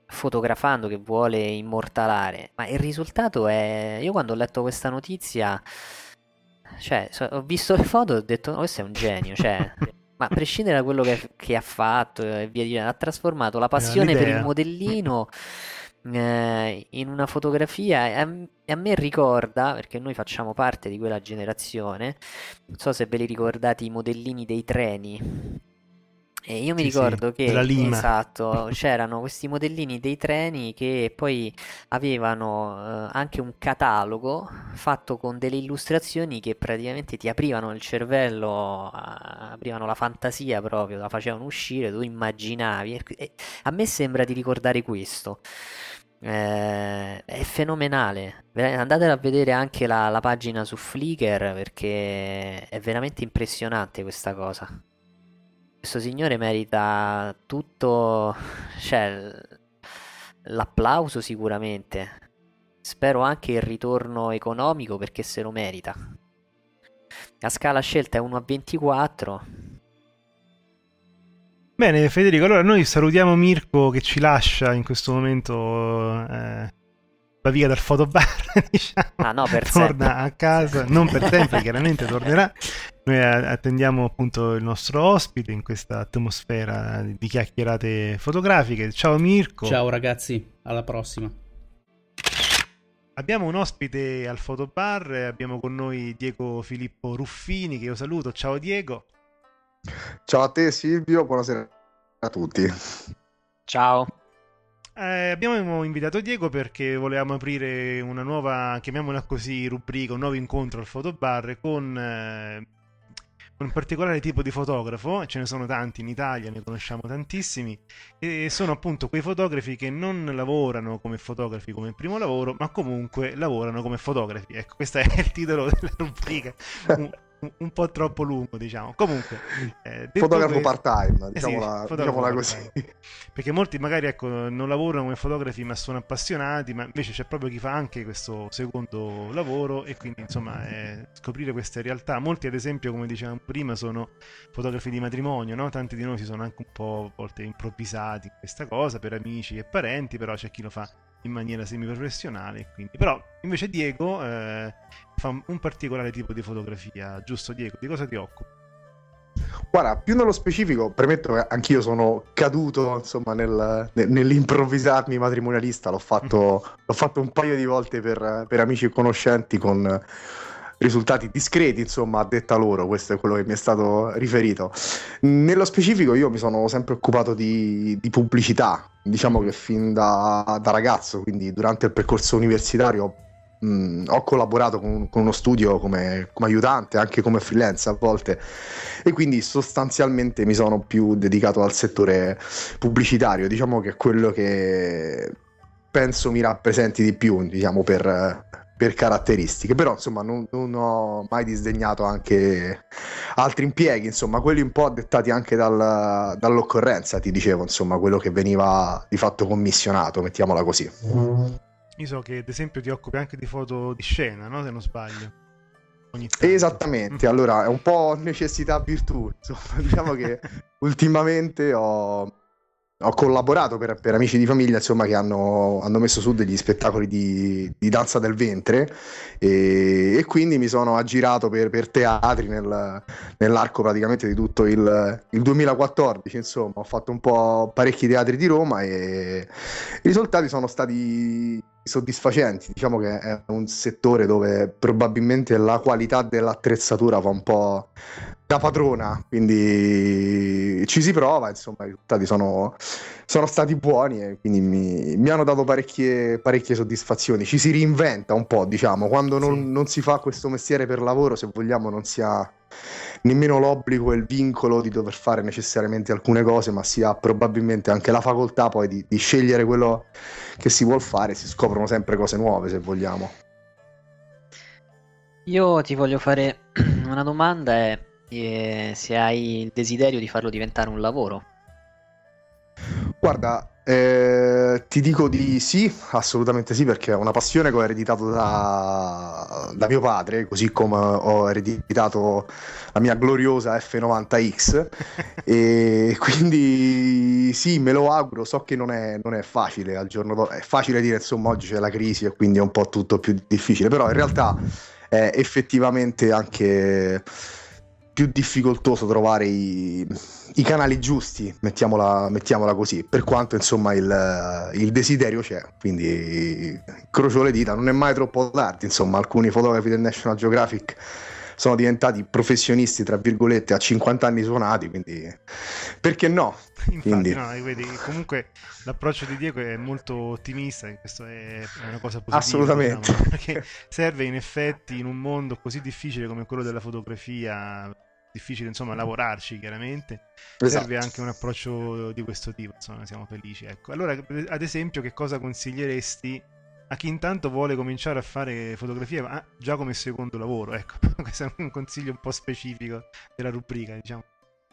[SPEAKER 2] fotografando, che vuole immortalare, ma il risultato è... Io quando ho letto questa notizia, cioè, ho visto le foto e ho detto, no, questo è un genio, cioè... Ma a prescindere da quello che ha fatto e via dicendo, ha trasformato la passione per il modellino in una fotografia, e a me ricorda, perché noi facciamo parte di quella generazione, non so se ve li ricordate, i modellini dei treni. E io mi ricordo che esatto, c'erano questi modellini dei treni che poi avevano anche un catalogo fatto con delle illustrazioni che praticamente ti aprivano il cervello, aprivano la fantasia proprio, la facevano uscire, tu immaginavi. E a me sembra di ricordare questo. È fenomenale. Andatela a vedere anche la pagina su Flickr, perché è veramente impressionante questa cosa. Questo signore merita tutto, cioè, l'applauso sicuramente. Spero anche il ritorno economico, perché se lo merita. La scala scelta è 1:24.
[SPEAKER 8] Bene, Federico, allora noi salutiamo Mirko che ci lascia in questo momento, va via dal fotobar, diciamo.
[SPEAKER 2] Ah no, per
[SPEAKER 8] torna
[SPEAKER 2] sempre.
[SPEAKER 8] a casa, non per sempre, chiaramente tornerà. Noi attendiamo appunto il nostro ospite in questa atmosfera di chiacchierate fotografiche. Ciao Mirko.
[SPEAKER 9] Ciao ragazzi, alla prossima.
[SPEAKER 8] Abbiamo un ospite al fotobar, abbiamo con noi Diego Filippo Ruffini, che io saluto. Ciao Diego.
[SPEAKER 10] Ciao a te Silvio, buonasera a tutti.
[SPEAKER 2] Ciao.
[SPEAKER 8] Abbiamo invitato Diego perché volevamo aprire una nuova, chiamiamola così, rubrica, un nuovo incontro al fotobar con un particolare tipo di fotografo. Ce ne sono tanti in Italia, ne conosciamo tantissimi, e sono appunto quei fotografi che non lavorano come fotografi come primo lavoro, ma comunque lavorano come fotografi. Ecco, questo è il titolo della rubrica. Un po' troppo lungo, diciamo. Comunque,
[SPEAKER 10] fotografo part-time,
[SPEAKER 8] diciamola
[SPEAKER 10] così.
[SPEAKER 8] Perché molti magari, ecco, non lavorano come fotografi ma sono appassionati, ma invece c'è proprio chi fa anche questo secondo lavoro, e quindi insomma scoprire queste realtà. Molti, ad esempio, come dicevamo prima, sono fotografi di matrimonio, no? Tanti di noi si sono anche un po' a volte improvvisati in questa cosa per amici e parenti, però c'è chi lo fa in maniera semiprofessionale, quindi. Però invece Diego fa un particolare tipo di fotografia, giusto Diego? Di cosa ti occupi?
[SPEAKER 10] Guarda, più nello specifico, premetto che anch'io sono caduto, insomma, nell'improvvisarmi matrimonialista. L'ho fatto un paio di volte per amici e conoscenti, con risultati discreti, insomma, a detta loro. Questo è quello che mi è stato riferito. Nello specifico io mi sono sempre occupato di pubblicità, diciamo che fin da ragazzo, quindi durante il percorso universitario, ho collaborato con uno studio come aiutante, anche come freelance a volte, e quindi sostanzialmente mi sono più dedicato al settore pubblicitario. Diciamo che è quello che penso mi rappresenti di più, diciamo, per caratteristiche. Però insomma non ho mai disdegnato anche altri impieghi, insomma, quelli un po' dettati anche dall'occorrenza, ti dicevo, insomma, quello che veniva di fatto commissionato, mettiamola così.
[SPEAKER 8] Io so che ad esempio ti occupi anche di foto di scena, no? Se non sbaglio.
[SPEAKER 10] Esattamente, allora è un po' necessità virtù, insomma. Diciamo che ultimamente ho collaborato per amici di famiglia, insomma, che hanno messo su degli spettacoli di danza del ventre, e quindi mi sono aggirato per teatri nell'arco praticamente di tutto il 2014, insomma. Ho fatto un po' parecchi teatri di Roma e i risultati sono stati soddisfacenti. Diciamo che è un settore dove probabilmente la qualità dell'attrezzatura fa un po' da padrona, quindi ci si prova, insomma. I risultati sono stati buoni e quindi mi hanno dato parecchie soddisfazioni. Ci si reinventa un po', diciamo, quando non si fa questo mestiere per lavoro, se vogliamo, non si ha nemmeno l'obbligo e il vincolo di dover fare necessariamente alcune cose, ma si ha probabilmente anche la facoltà poi di scegliere quello che si vuol fare. Si scoprono sempre cose nuove, se vogliamo.
[SPEAKER 2] Io ti voglio fare una domanda, se hai il desiderio di farlo diventare un lavoro.
[SPEAKER 10] Guarda, ti dico di sì, assolutamente sì, perché è una passione che ho ereditato da mio padre, così come ho ereditato la mia gloriosa F90X, e quindi sì, me lo auguro. So che non è facile al giorno d'oggi, è facile dire, insomma, oggi c'è la crisi e quindi è un po' tutto più difficile, però in realtà è effettivamente anche più difficoltoso trovare i canali giusti, mettiamola così, per quanto insomma il desiderio c'è, quindi incrocio le dita, non è mai troppo tardi. Insomma, alcuni fotografi del National Geographic sono diventati professionisti, tra virgolette, a 50 anni suonati, quindi perché no?
[SPEAKER 8] Infatti,
[SPEAKER 10] quindi...
[SPEAKER 8] no, vedi, comunque l'approccio di Diego è molto ottimista, e questo è una cosa positiva.
[SPEAKER 10] Assolutamente.
[SPEAKER 8] Diciamo, perché serve in effetti in un mondo così difficile come quello della fotografia, difficile insomma lavorarci chiaramente,
[SPEAKER 10] Esatto.
[SPEAKER 8] Serve anche un approccio di questo tipo, insomma siamo felici, ecco. Allora, ad esempio, che cosa consiglieresti a chi intanto vuole cominciare a fare fotografia, ma già come secondo lavoro? Ecco, questo è un consiglio un po' specifico della rubrica, diciamo.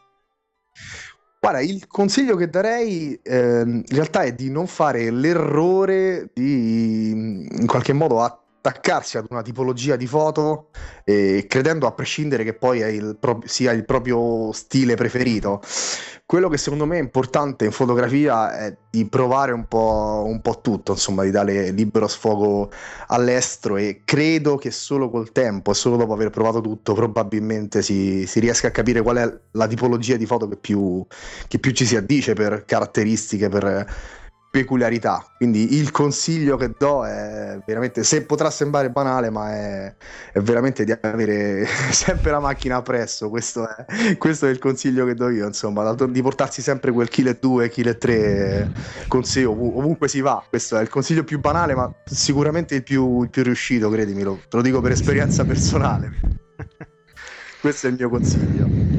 [SPEAKER 10] Guarda, il consiglio che darei in realtà è di non fare l'errore di in qualche modo attaccarsi ad una tipologia di foto, credendo a prescindere che poi sia il proprio stile preferito. Quello che secondo me è importante in fotografia è di provare un po' tutto, insomma, di dare libero sfogo all'estero, e credo che solo col tempo e solo dopo aver provato tutto probabilmente si riesca a capire qual è la tipologia di foto che più ci si addice per caratteristiche, per peculiarità. Quindi il consiglio che do è veramente, se potrà sembrare banale, ma è veramente di avere sempre la macchina appresso. Questo è il consiglio che do io, insomma, di portarsi sempre quel 1,2 kg, 1,3 kg con sé ovunque si va. Questo è il consiglio più banale, ma sicuramente il più riuscito, credimi, te lo dico per esperienza personale. Questo è il mio consiglio.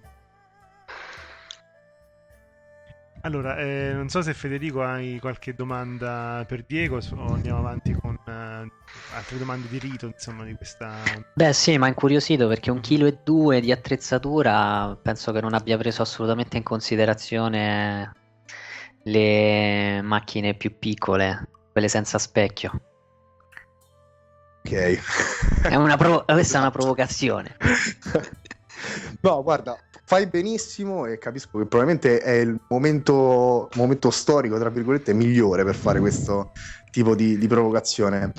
[SPEAKER 8] Allora, non so se Federico hai qualche domanda per Diego o andiamo avanti con altre domande di rito, insomma, di questa...
[SPEAKER 2] Beh sì, ma incuriosito perché 1,2 kg di attrezzatura penso che non abbia preso assolutamente in considerazione le macchine più piccole, quelle senza specchio.
[SPEAKER 10] Ok.
[SPEAKER 2] Questa è una provocazione.
[SPEAKER 10] No, guarda, fai benissimo, e capisco che probabilmente è il momento storico, tra virgolette, migliore per fare questo tipo di provocazione.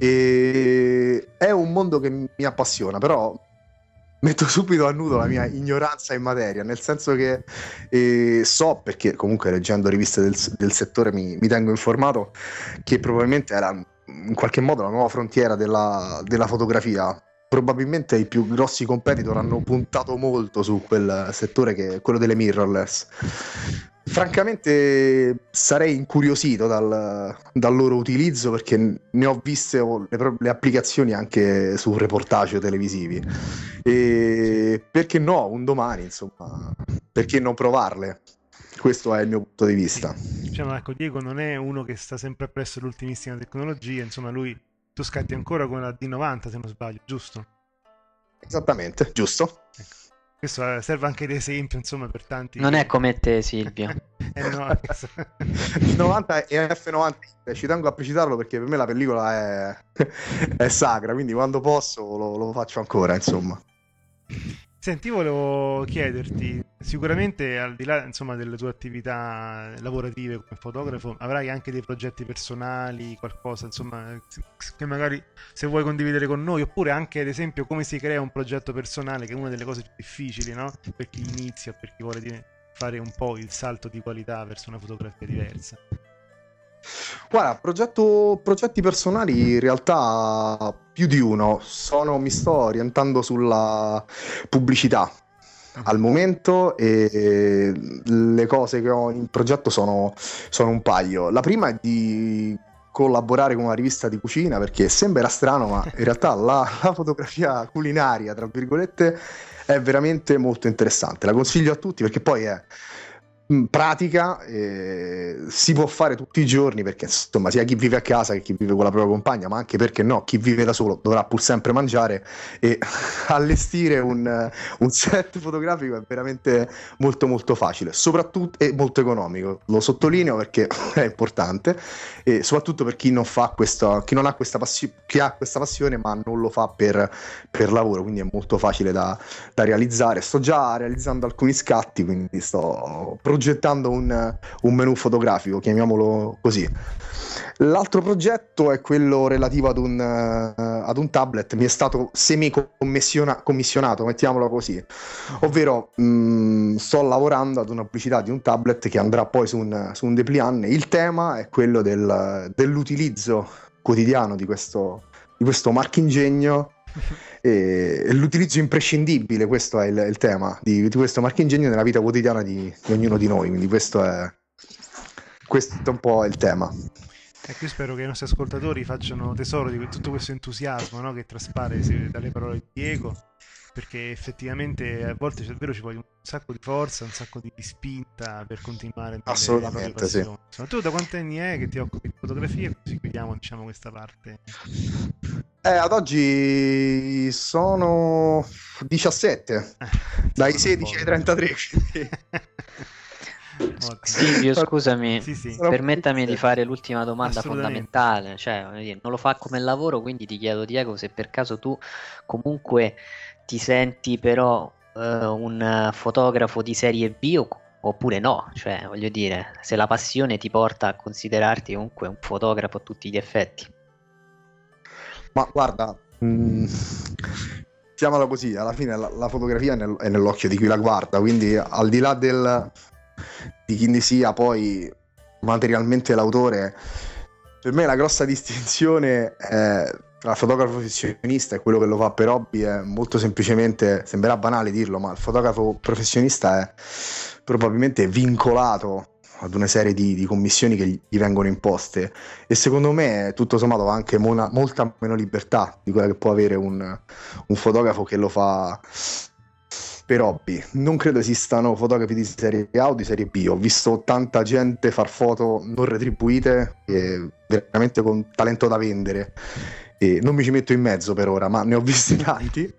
[SPEAKER 10] E è un mondo che mi appassiona, però metto subito a nudo la mia ignoranza in materia, nel senso che so, perché comunque leggendo riviste del settore mi tengo informato, che probabilmente era in qualche modo la nuova frontiera della fotografia. Probabilmente i più grossi competitor hanno puntato molto su quel settore, che è quello delle mirrorless. Francamente sarei incuriosito dal loro utilizzo, perché ne ho viste le applicazioni anche su reportage televisivi, e perché no, un domani, insomma, perché non provarle? Questo è il mio punto di vista.
[SPEAKER 8] Diciamo, ecco, Diego non è uno che sta sempre appresso l'ultimissima tecnologia, insomma lui... Tu scatti ancora con la D90, se non sbaglio, giusto?
[SPEAKER 10] Esattamente, giusto.
[SPEAKER 8] Ecco. Questo serve anche di esempio, insomma, per tanti...
[SPEAKER 2] Non è come te, Silvio.
[SPEAKER 10] No, D90 e F90, ci tengo a precisarlo perché per me la pellicola è sacra, quindi quando posso lo faccio ancora, insomma.
[SPEAKER 8] Senti, volevo chiederti, sicuramente al di là, insomma, delle tue attività lavorative come fotografo, avrai anche dei progetti personali, qualcosa, insomma, che magari se vuoi condividere con noi, oppure anche, ad esempio, come si crea un progetto personale, che è una delle cose più difficili, no? Per chi inizia, per chi vuole fare un po' il salto di qualità verso una fotografia diversa.
[SPEAKER 10] Guarda, progetti personali in realtà più di uno. Mi sto orientando sulla pubblicità al momento, e le cose che ho in progetto sono un paio. La prima è di collaborare con una rivista di cucina, perché sembrerà strano, ma in realtà la fotografia culinaria, tra virgolette, è veramente molto interessante. La consiglio a tutti, perché poi è pratica, si può fare tutti i giorni, perché insomma sia chi vive a casa che chi vive con la propria compagna, ma anche, perché no, chi vive da solo dovrà pur sempre mangiare, e allestire un set fotografico è veramente molto molto facile, soprattutto e molto economico, lo sottolineo perché è importante, e soprattutto per chi non fa questo, chi non ha questa passione ma non lo fa per lavoro, quindi è molto facile da realizzare. Sto già realizzando alcuni scatti, quindi sto progettando un menu fotografico, chiamiamolo così. L'altro progetto è quello relativo ad un tablet. Mi è stato commissionato, mettiamolo così, ovvero sto lavorando ad una pubblicità di un tablet che andrà poi su un dépliant. Il tema è quello dell'utilizzo quotidiano di questo marchingegno, e l'utilizzo imprescindibile, questo è il tema di questo marchingegno nella vita quotidiana di ognuno di noi, quindi questo è un po' il tema.
[SPEAKER 8] Ecco, io spero che i nostri ascoltatori facciano tesoro di tutto questo entusiasmo, no, che traspare dalle parole di Diego, perché effettivamente a volte davvero ci vuole un sacco di forza, un sacco di spinta per continuare.
[SPEAKER 10] Assolutamente, sì.
[SPEAKER 8] Tu da quanti anni è che ti occupi di fotografia? Così chiudiamo, diciamo, questa parte.
[SPEAKER 10] Ad oggi sono 17, dai 16 ai 33.
[SPEAKER 2] Silvio, scusami,
[SPEAKER 8] sì.
[SPEAKER 2] Permettami di fare l'ultima domanda fondamentale, cioè, non lo fa come lavoro, quindi ti chiedo, Diego, se per caso tu comunque ti senti però un fotografo di serie B oppure no, cioè voglio dire, se la passione ti porta a considerarti comunque un fotografo a tutti gli effetti.
[SPEAKER 10] Ma guarda, chiamala così, alla fine la fotografia è nell'occhio di chi la guarda, quindi al di là di chi ne sia poi materialmente l'autore, per me la grossa distinzione tra il fotografo professionista e quello che lo fa per hobby è molto semplicemente, sembrerà banale dirlo, ma il fotografo professionista è probabilmente vincolato ad una serie di commissioni che gli vengono imposte, e secondo me tutto sommato ha anche molta meno libertà di quella che può avere un fotografo che lo fa per hobby. Non credo esistano fotografi di serie A o di serie B. Ho visto tanta gente far foto non retribuite, veramente con talento da vendere, e non mi ci metto in mezzo per ora, ma ne ho visti tanti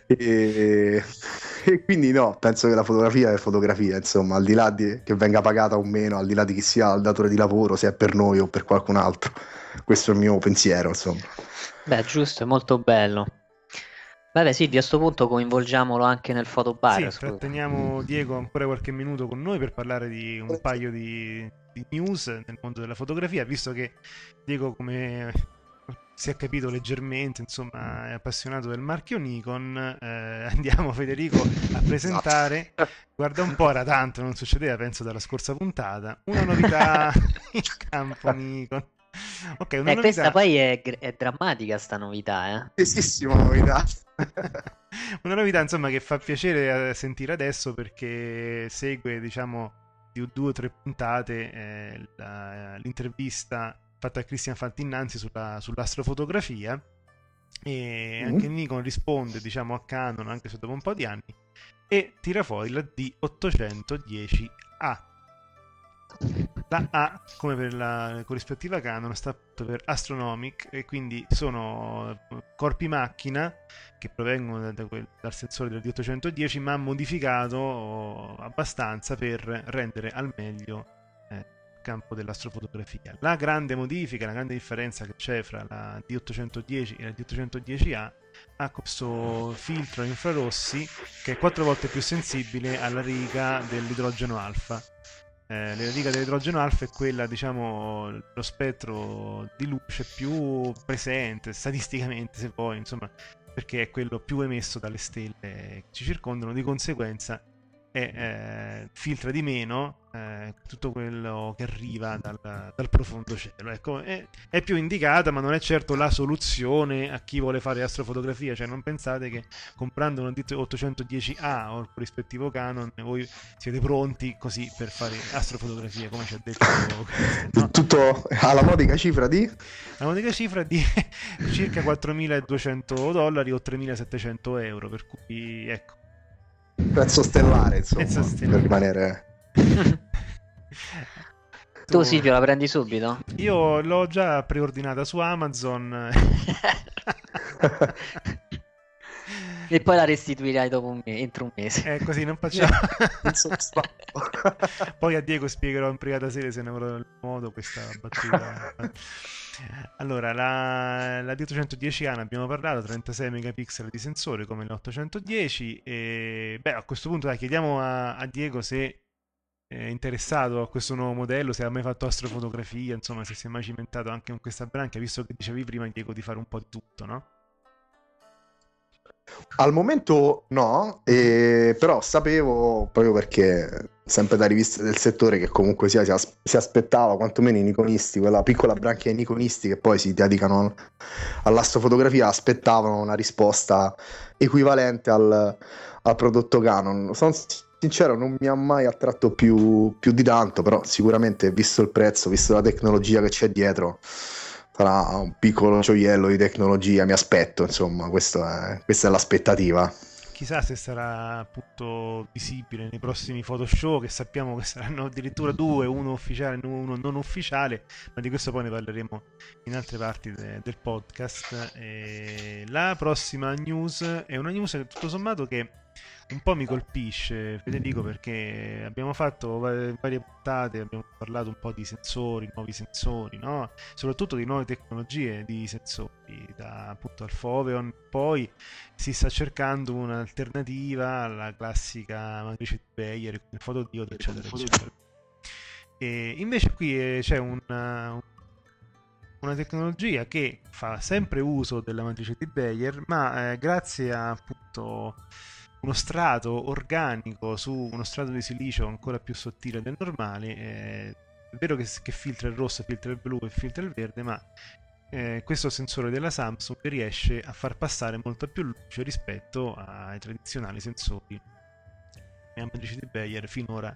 [SPEAKER 10] e quindi no, penso che la fotografia è fotografia, insomma, al di là di che venga pagata o meno, al di là di chi sia il datore di lavoro, se è per noi o per qualcun altro. Questo è il mio pensiero, insomma.
[SPEAKER 2] Beh, giusto, è molto bello. Vabbè, Silvio, a sto punto coinvolgiamolo anche nel fotobar.
[SPEAKER 8] Sì, tratteniamo Diego ancora qualche minuto con noi per parlare di un paio di news nel mondo della fotografia, visto che Diego, come si è capito leggermente, insomma, è appassionato del marchio Nikon. Andiamo, Federico, a presentare, guarda un po', era tanto, non succedeva, penso, dalla scorsa puntata, una novità in campo Nikon. Ok, una novità.
[SPEAKER 2] Questa poi è drammatica, sta novità,
[SPEAKER 10] Bellissima novità.
[SPEAKER 8] Una novità, insomma, che fa piacere sentire adesso, perché segue, diciamo, di 2 o 3 puntate l'intervista fatta a Christian Fantinnanzi sull'astrofotografia, e anche Nikon risponde, diciamo, a Canon, anche se dopo un po' di anni, e tira fuori la D810A. La A, come per la corrispettiva Canon, sta per Astronomic, e quindi sono corpi macchina che provengono dal sensore del D810, ma modificato abbastanza per rendere al meglio il campo dell'astrofotografia. La grande modifica, la grande differenza che c'è fra la D810 e la D810A ha questo filtro infrarossi che è 4 volte più sensibile alla riga dell'idrogeno alfa. La riga dell'idrogeno alfa è quella, diciamo, lo spettro di luce più presente statisticamente, se vuoi, insomma, perché è quello più emesso dalle stelle che ci circondano, di conseguenza filtra di meno tutto quello che arriva dal profondo cielo. Ecco, è più indicata, ma non è certo la soluzione a chi vuole fare astrofotografia. Cioè, non pensate che comprando una D810A o il corrispettivo Canon voi siete pronti così per fare astrofotografia, come ci ha detto Cristian, no?
[SPEAKER 10] Tutto alla modica cifra di?
[SPEAKER 8] La modica cifra di circa $4.200 o €3.700, per cui ecco,
[SPEAKER 10] prezzo stellare, insomma, per rimanere
[SPEAKER 2] Tu Silvio la prendi subito?
[SPEAKER 8] Io l'ho già preordinata su Amazon.
[SPEAKER 2] E poi la restituirai dopo entro un mese.
[SPEAKER 8] Così non facciamo. Poi a Diego spiegherò in privata sede, se ne avrò il modo, questa battuta. Allora, la D810A abbiamo parlato, 36 megapixel di sensore come l'810. E a questo punto chiediamo a Diego se è interessato a questo nuovo modello, se ha mai fatto astrofotografia, insomma, se si è mai cimentato anche con questa branca, visto che dicevi prima, Diego, di fare un po' di tutto, no?
[SPEAKER 10] Al momento no, però sapevo, proprio perché sempre da riviste del settore, che comunque si aspettava, quantomeno i niconisti, quella piccola branchia di niconisti che poi si dedicano all'astrofotografia, aspettavano una risposta equivalente al prodotto Canon. Sono sincero, non mi ha mai attratto più di tanto, però sicuramente, visto il prezzo, visto la tecnologia che c'è dietro, sarà un piccolo gioiello di tecnologia, mi aspetto, insomma, questa è l'aspettativa.
[SPEAKER 8] Chissà se sarà appunto visibile nei prossimi Photoshow, che sappiamo che saranno addirittura due, uno ufficiale e uno non ufficiale, ma di questo poi ne parleremo in altre parti del podcast. La prossima news è una news che tutto sommato che un po' mi colpisce, Federico, perché abbiamo fatto varie puntate, abbiamo parlato un po' di sensori, nuovi sensori, no? Soprattutto di nuove tecnologie di sensori, appunto al Foveon. Poi si sta cercando un'alternativa alla classica matrice di Bayer, il fotodiodo, eccetera, eccetera. E invece qui c'è una tecnologia che fa sempre uso della matrice di Bayer, ma grazie a appunto uno strato organico su uno strato di silicio ancora più sottile del normale. È vero che filtra il rosso, filtra il blu e filtra il verde, ma questo sensore della Samsung riesce a far passare molto più luce rispetto ai tradizionali sensori a matrice di Bayer finora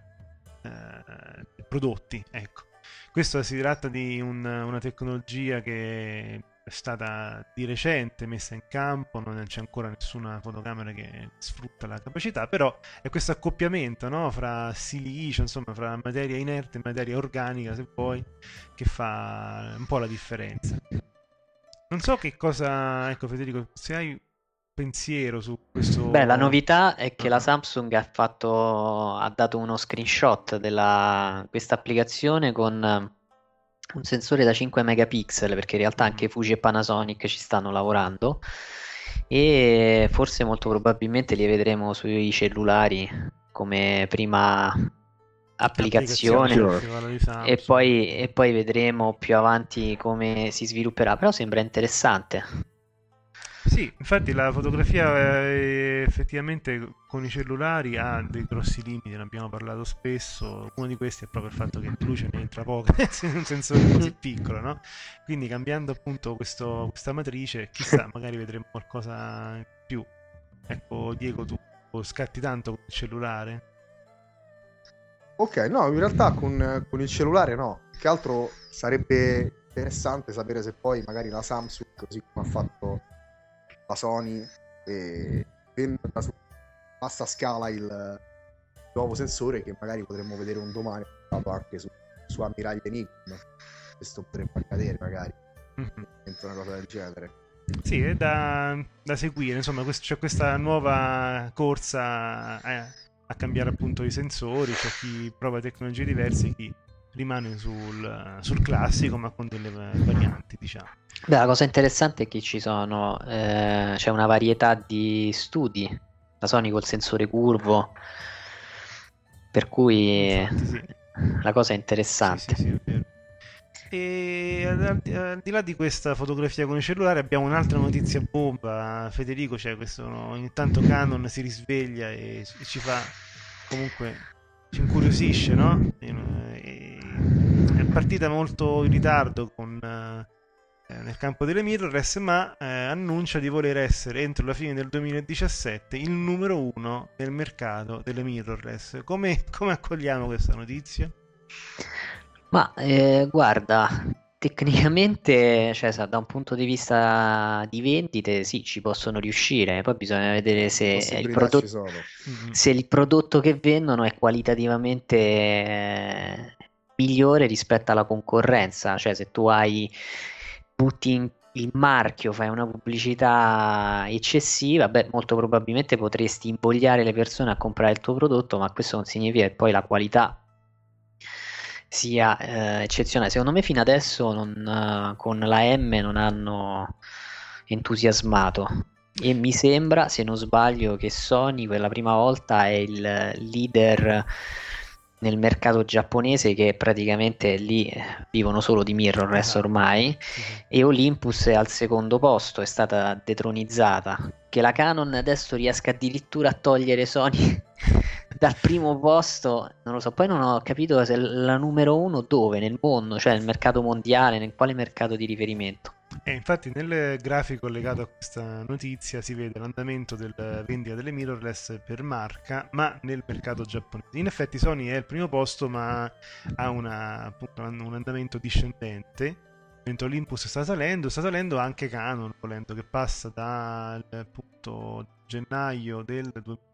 [SPEAKER 8] prodotti. Ecco, questo si tratta di una tecnologia che è stata di recente messa in campo, non c'è ancora nessuna fotocamera che sfrutta la capacità, però è questo accoppiamento, no, fra silicio, insomma, fra materia inerte e materia organica, se vuoi, che fa un po' la differenza. Non so che cosa, ecco Federico, se hai pensiero su questo.
[SPEAKER 2] Beh, la novità è che la Samsung ha dato uno screenshot della questa applicazione con un sensore da 5 megapixel, perché in realtà anche Fuji e Panasonic ci stanno lavorando, e forse molto probabilmente li vedremo sui cellulari come prima applicazione, e poi vedremo più avanti come si svilupperà, però sembra interessante.
[SPEAKER 8] Sì, infatti la fotografia effettivamente con i cellulari ha dei grossi limiti, ne abbiamo parlato spesso. Uno di questi è proprio il fatto che di luce ne entra poca in un sensore così piccolo, no? Quindi cambiando appunto questa matrice, chissà, magari vedremo qualcosa in più. Ecco, Diego, tu scatti tanto con il cellulare?
[SPEAKER 10] Ok, no, in realtà con il cellulare no, che altro sarebbe interessante sapere se poi magari la Samsung, così come ha fatto la Sony, venda su vasta scala il nuovo sensore, che magari potremmo vedere un domani anche su ammiragli Enigma. Questo potrebbe accadere magari, una cosa del genere.
[SPEAKER 8] Sì, è da seguire, insomma, c'è questa nuova corsa a cambiare appunto i sensori, c'è chi prova tecnologie diverse e chi rimane sul classico, ma con delle varianti, diciamo.
[SPEAKER 2] Beh, la cosa interessante è che c'è una varietà di studi, la Sony col sensore curvo, per cui infatti, sì, la cosa è interessante.
[SPEAKER 8] Sì, è vero. E al di là di questa fotografia con il cellulare abbiamo un'altra notizia bomba, Federico, cioè ogni tanto Canon si risveglia e ci fa, comunque ci incuriosisce, no? È partita molto in ritardo nel campo delle mirrorless, ma annuncia di voler essere entro la fine del 2017 il numero 1 nel mercato delle mirrorless. Come accogliamo questa notizia?
[SPEAKER 2] Ma guarda, tecnicamente, cioè, da un punto di vista di vendite, sì, ci possono riuscire. Poi bisogna vedere se il prodotto che vendono è qualitativamente migliore rispetto alla concorrenza. Cioè, se tu butti il marchio, fai una pubblicità eccessiva, beh, molto probabilmente potresti invogliare le persone a comprare il tuo prodotto, ma questo non significa che poi la qualità sia eccezionale. Secondo me fino adesso con la M non hanno entusiasmato, e mi sembra, se non sbaglio, che Sony per la prima volta è il leader nel mercato giapponese, che praticamente lì vivono solo di mirrorless ormai, e Olympus è al secondo posto, è stata detronizzata. Che la Canon adesso riesca addirittura a togliere Sony dal primo posto, non lo so. Poi non ho capito se la numero uno dove nel mondo, cioè nel mercato mondiale, nel quale mercato di riferimento.
[SPEAKER 8] Infatti nel grafico legato a questa notizia si vede l'andamento della vendita delle mirrorless per marca, ma nel mercato giapponese. In effetti Sony è al primo posto, ma ha appunto, un andamento discendente, mentre Olympus sta salendo anche Canon, volendo, che passa dal appunto gennaio del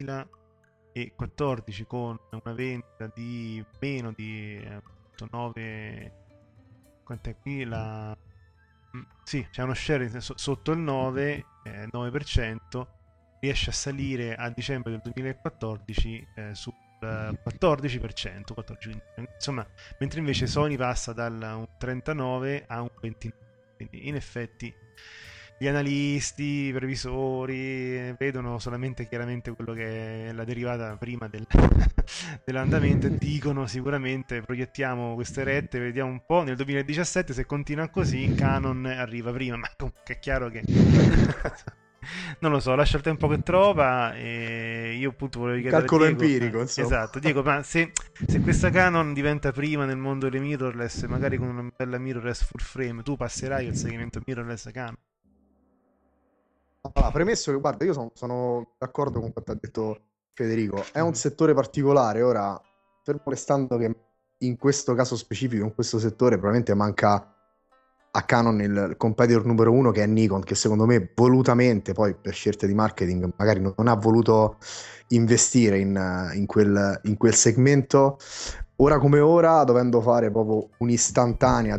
[SPEAKER 8] 2014 con una vendita di meno di 9, quant'è qui la... Sì, c'è uno share sotto il 9%, riesce a salire a dicembre del 2014 sul 14%, 14%. Insomma, mentre invece Sony passa dal 39 a un 29%. Quindi in effetti gli analisti, i previsori vedono solamente chiaramente quello che è la derivata prima dell'andamento e dicono sicuramente proiettiamo queste rette, vediamo un po' nel 2017 se continua così Canon arriva prima, ma comunque è chiaro che non lo so, lascia il tempo che trova. E io appunto volevo chiedere
[SPEAKER 10] calcolo
[SPEAKER 8] Diego,
[SPEAKER 10] empirico, insomma.
[SPEAKER 8] Esatto, Diego, ma se questa Canon diventa prima nel mondo delle mirrorless, magari con una bella mirrorless full frame, tu passerai al segmento mirrorless Canon?
[SPEAKER 10] Allora, premesso che, guarda, io sono d'accordo con quanto ha detto Federico, è un settore particolare. Ora, fermo restando che in questo caso specifico, in questo settore, probabilmente manca a Canon il competitor numero uno, che è Nikon, che secondo me volutamente, poi per scelte di marketing, magari non ha voluto investire in quel segmento. Ora come ora, dovendo fare proprio un'istantanea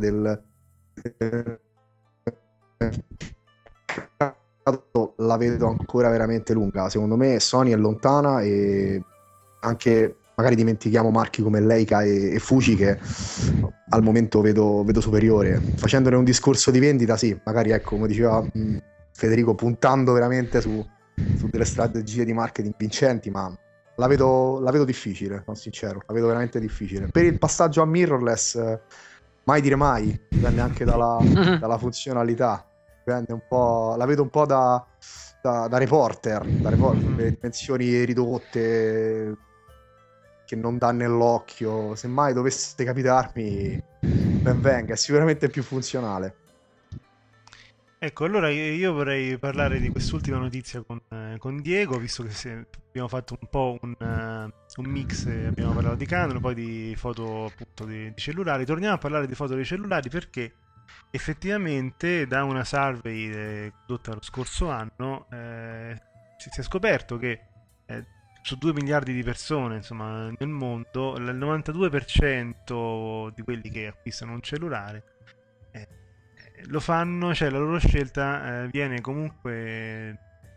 [SPEAKER 10] la vedo ancora veramente lunga. Secondo me Sony è lontana, e anche magari dimentichiamo marchi come Leica e Fuji, che al momento vedo superiore. Facendone un discorso di vendita, sì, magari, ecco, come diceva Federico, puntando veramente su delle strategie di marketing vincenti, ma la vedo difficile, sono sincero, la vedo veramente difficile. Per il passaggio a mirrorless, mai dire mai, dipende anche dalla funzionalità. Un po', la vedo un po' da reporter, le dimensioni ridotte che non dà nell'occhio. Se mai dovesse capitarmi, ben venga, è sicuramente più funzionale.
[SPEAKER 8] Ecco, allora io vorrei parlare di quest'ultima notizia con Diego, visto che abbiamo fatto un po' un mix, abbiamo parlato di Canon, poi di foto appunto di cellulari. Torniamo a parlare di foto dei cellulari perché effettivamente da una survey condotta lo scorso anno si è scoperto che su 2 miliardi di persone, insomma, nel mondo, il 92% di quelli che acquistano un cellulare lo fanno, cioè la loro scelta viene comunque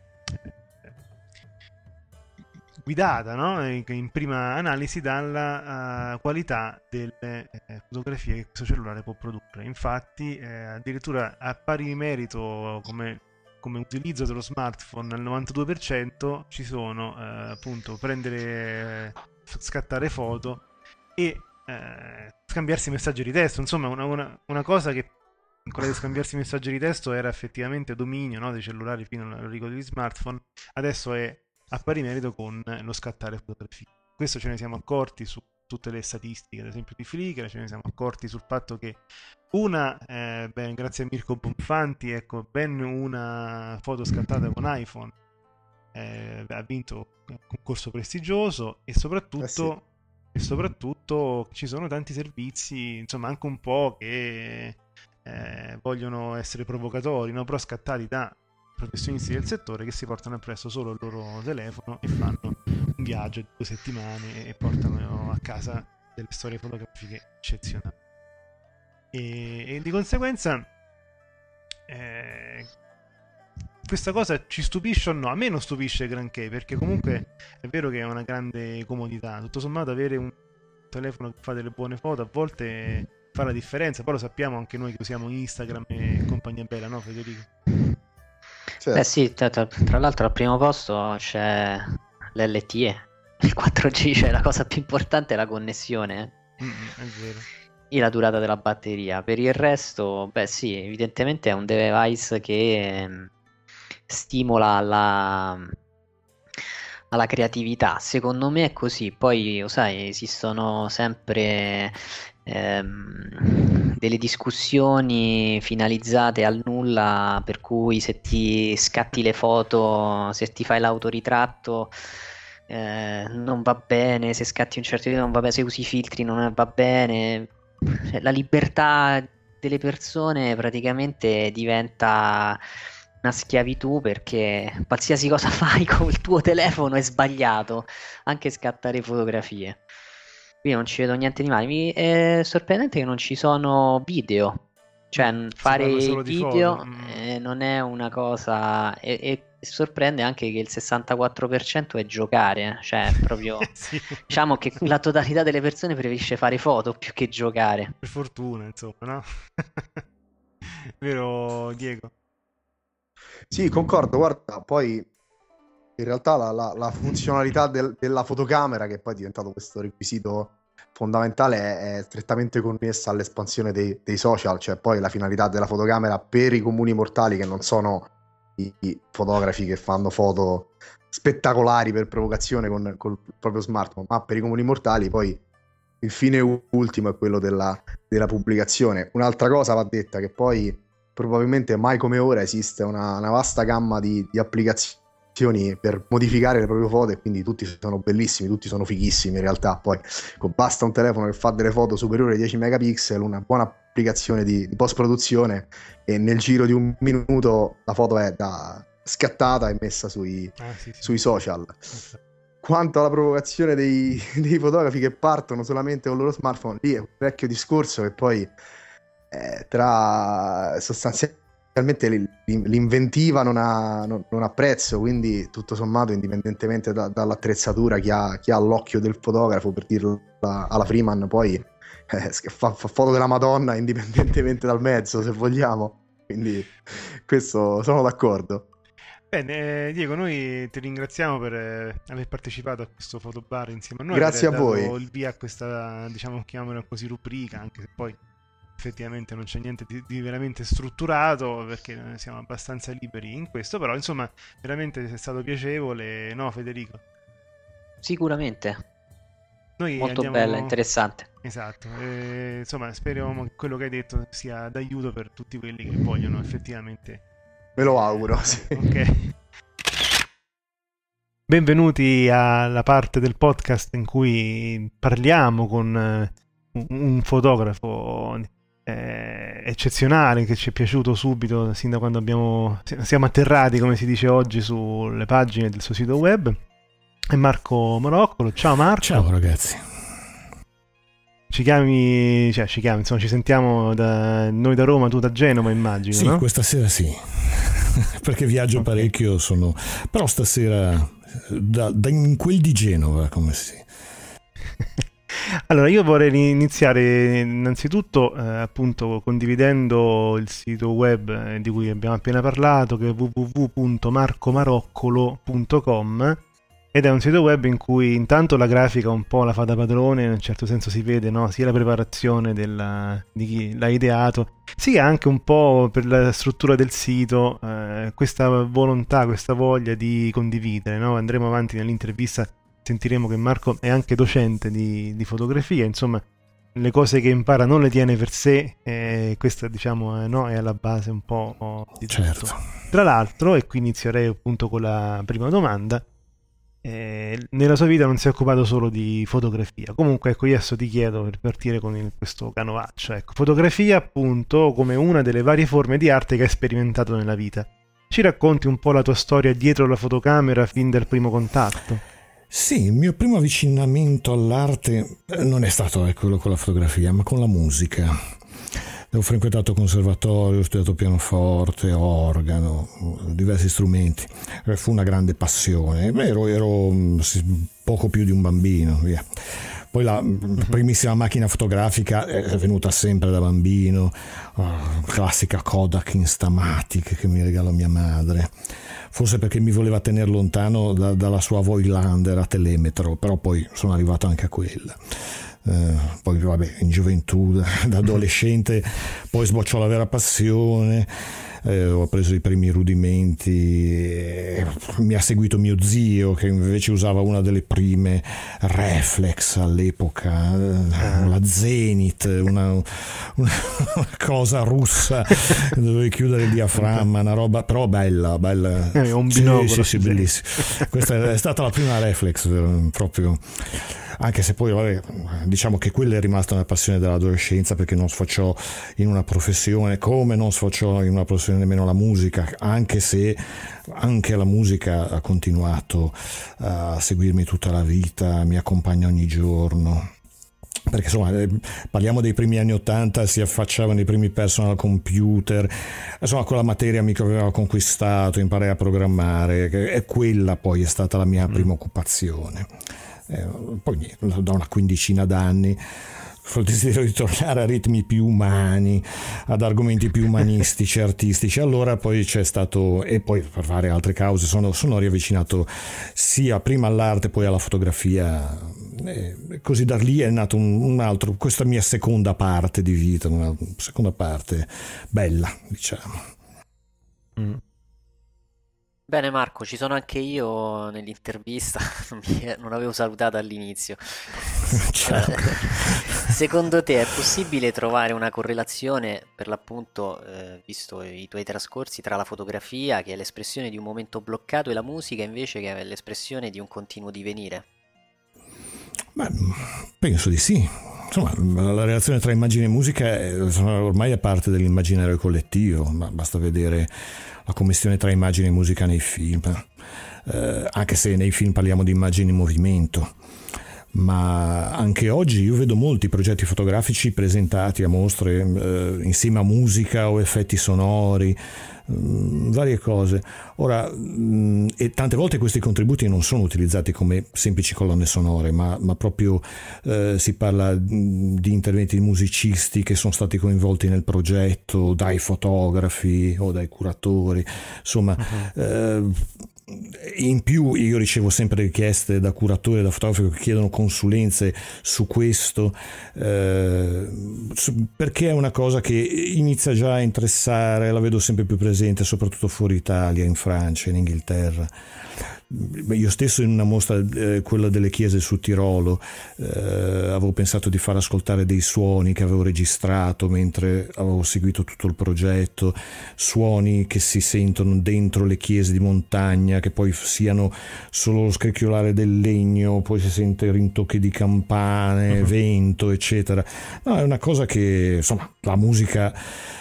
[SPEAKER 8] guidata, no? In prima analisi dalla qualità delle fotografie che questo cellulare può produrre. Infatti addirittura a pari merito come utilizzo dello smartphone al 92% ci sono appunto scattare foto e scambiarsi messaggi di testo. Insomma, una cosa che quella di scambiarsi messaggi di testo era effettivamente dominio, no, dei cellulari fino all'arrivo degli smartphone, adesso è a pari merito con lo scattare fotografie. Questo ce ne siamo accorti su tutte le statistiche, ad esempio di Flickr, ce ne siamo accorti sul fatto che grazie a Mirko Bonfanti, ecco, ben una foto scattata con iPhone ha vinto un concorso prestigioso, e soprattutto ci sono tanti servizi, insomma, anche un po' che vogliono essere provocatori, no? Però scattati da professionisti del settore che si portano appresso solo il loro telefono e fanno un viaggio di 2 settimane e portano a casa delle storie fotografiche eccezionali. E di conseguenza questa cosa ci stupisce o no? A me non stupisce granché, perché comunque è vero che è una grande comodità. Tutto sommato avere un telefono che fa delle buone foto a volte fa la differenza. Poi lo sappiamo anche noi che usiamo Instagram e compagnia bella, no Federico?
[SPEAKER 2] Certo. Beh sì, tra l'altro al primo posto c'è l'LTE, il 4G, cioè la cosa più importante è la connessione.
[SPEAKER 8] È vero.
[SPEAKER 2] E la durata della batteria. Per il resto, beh sì, evidentemente è un device che stimola alla creatività. Secondo me è così. Poi, lo sai, esistono sempre delle discussioni finalizzate al nulla, per cui se ti scatti le foto, se ti fai l'autoritratto non va bene, se scatti un certo video non va bene, se usi i filtri non va bene. Cioè, la libertà delle persone praticamente diventa una schiavitù, perché qualsiasi cosa fai con il tuo telefono è sbagliato, anche scattare fotografie. Qui non ci vedo niente di male. È sorprendente che non ci sono video, cioè fare video non è una cosa, e sorprende anche che il 64% è giocare, cioè proprio
[SPEAKER 8] sì.
[SPEAKER 2] Diciamo che la totalità delle persone preferisce fare foto più che giocare.
[SPEAKER 8] Per fortuna, insomma, no? Vero Diego?
[SPEAKER 10] Sì, concordo, guarda, poi in realtà la funzionalità della fotocamera, che poi è diventato questo requisito fondamentale, è strettamente connessa all'espansione dei social, cioè poi la finalità della fotocamera per i comuni mortali, che non sono i fotografi che fanno foto spettacolari per provocazione col proprio smartphone, ma per i comuni mortali poi il fine ultimo è quello della pubblicazione. Un'altra cosa va detta, che poi probabilmente mai come ora esiste una vasta gamma di applicazioni per modificare le proprie foto, e quindi tutti sono bellissimi, tutti sono fighissimi in realtà. Poi basta un telefono che fa delle foto superiori ai 10 megapixel, una buona applicazione di post produzione, e nel giro di un minuto la foto è scattata e messa sui social. Quanto alla provocazione dei fotografi che partono solamente con il loro smartphone, lì è un vecchio discorso che poi tra sostanzialmente l'inventiva non ha prezzo, quindi tutto sommato, indipendentemente dall'attrezzatura, chi ha l'occhio del fotografo, per dirlo alla Freeman, poi fa foto della Madonna indipendentemente dal mezzo, se vogliamo, quindi questo sono d'accordo.
[SPEAKER 8] Bene, Diego, noi ti ringraziamo per aver partecipato a questo fotobar insieme a noi.
[SPEAKER 10] Grazie a voi.
[SPEAKER 8] Dato il via a questa, diciamo, chiamiamola così, rubrica, anche se poi effettivamente non c'è niente di veramente strutturato, perché siamo abbastanza liberi in questo, però insomma veramente è stato piacevole, no Federico?
[SPEAKER 2] Sicuramente.
[SPEAKER 8] Noi
[SPEAKER 2] molto bella, interessante.
[SPEAKER 8] Esatto, insomma speriamo che quello che hai detto sia d'aiuto per tutti quelli che vogliono effettivamente.
[SPEAKER 10] Me lo auguro, sì.
[SPEAKER 8] Ok. Benvenuti alla parte del podcast in cui parliamo con un fotografo eccezionale, che ci è piaciuto subito sin da quando siamo atterrati, come si dice oggi, sulle pagine del suo sito web. È Marco Maroccolo. Ciao Marco.
[SPEAKER 11] Ciao ragazzi.
[SPEAKER 8] Ci insomma ci sentiamo noi da Roma, tu da Genova, immagino.
[SPEAKER 11] Sì,
[SPEAKER 8] no?
[SPEAKER 11] Questa sera sì, perché viaggio parecchio, però stasera in quel di Genova, come si.
[SPEAKER 8] Allora, io vorrei iniziare innanzitutto appunto condividendo il sito web di cui abbiamo appena parlato, che è www.marcomaroccolo.com, ed è un sito web in cui intanto la grafica un po' la fa da padrone, in un certo senso si vede, no? Sia la preparazione di chi l'ha ideato, sia anche un po' per la struttura del sito, questa volontà, questa voglia di condividere, no? Andremo avanti nell'intervista, sentiremo che Marco è anche docente di fotografia, insomma le cose che impara non le tiene per sé, questa diciamo no, è alla base un po' di tutto.
[SPEAKER 11] Certo.
[SPEAKER 8] Tra l'altro, e qui inizierei appunto con la prima domanda, nella sua vita non si è occupato solo di fotografia. Comunque ecco, io adesso ti chiedo, per partire con questo canovaccio, ecco, fotografia appunto come una delle varie forme di arte che hai sperimentato nella vita. Ci racconti un po' la tua storia dietro la fotocamera fin dal primo contatto?
[SPEAKER 11] Sì, il mio primo avvicinamento all'arte non è stato quello con la fotografia, ma con la musica. Ho frequentato conservatorio, ho studiato pianoforte, organo, diversi strumenti. Fu una grande passione. Ero poco più di un bambino, via. Poi la primissima macchina fotografica è venuta sempre da bambino, classica Kodak Instamatic che mi regalò mia madre. Forse perché mi voleva tenere lontano dalla sua Voigtlander a telemetro, però poi sono arrivato anche a quella. Poi vabbè, in gioventù, da adolescente, poi sbocciò la vera passione. Ho preso i primi rudimenti, mi ha seguito mio zio che invece usava una delle prime reflex all'epoca, la Zenith, una cosa russa, dovevi chiudere il diaframma, una roba però bella.
[SPEAKER 8] Un binocolo,
[SPEAKER 11] sì, bellissimo. Questa è stata la prima reflex proprio. Anche se poi vabbè, diciamo che quella è rimasta una passione dell'adolescenza, perché non sfociò in una professione, come non sfociò in una professione nemmeno la musica, anche se anche la musica ha continuato a seguirmi tutta la vita, mi accompagna ogni giorno. Perché insomma parliamo dei primi anni '80, si affacciavano i primi personal computer, insomma quella materia mi aveva conquistato, imparai a programmare, e quella poi è stata la mia prima occupazione. Poi da una quindicina d'anni col desiderio di tornare a ritmi più umani, ad argomenti più umanistici, artistici, allora poi c'è stato, e poi per varie altre cause sono riavvicinato sia prima all'arte poi alla fotografia, e così da lì è nato un altro, questa mia seconda parte di vita, una seconda parte bella, diciamo.
[SPEAKER 2] Bene Marco, ci sono anche io nell'intervista, non avevo salutato all'inizio. Secondo te è possibile trovare una correlazione, per l'appunto, visto i tuoi trascorsi, tra la fotografia, che è l'espressione di un momento bloccato, e la musica invece che è l'espressione di un continuo divenire?
[SPEAKER 11] Beh, penso di sì. Insomma, la relazione tra immagine e musica ormai è parte dell'immaginario collettivo, basta vedere la commistione tra immagine e musica nei film, anche se nei film parliamo di immagini in movimento, ma anche oggi io vedo molti progetti fotografici presentati a mostre insieme a musica o effetti sonori, varie cose. Ora, e tante volte questi contributi non sono utilizzati come semplici colonne sonore, ma proprio si parla di interventi di musicisti che sono stati coinvolti nel progetto dai fotografi o dai curatori, insomma. In più io ricevo sempre richieste da curatori e da fotografi che chiedono consulenze su questo, perché è una cosa che inizia già a interessare, la vedo sempre più presente soprattutto fuori Italia, in Francia, in Inghilterra. Io stesso in una mostra, quella delle chiese su Tirolo, avevo pensato di far ascoltare dei suoni che avevo registrato mentre avevo seguito tutto il progetto, suoni che si sentono dentro le chiese di montagna, che poi siano solo lo scricchiolare del legno, poi si sente rintocchi di campane, vento, eccetera. No, è una cosa che, insomma, la musica,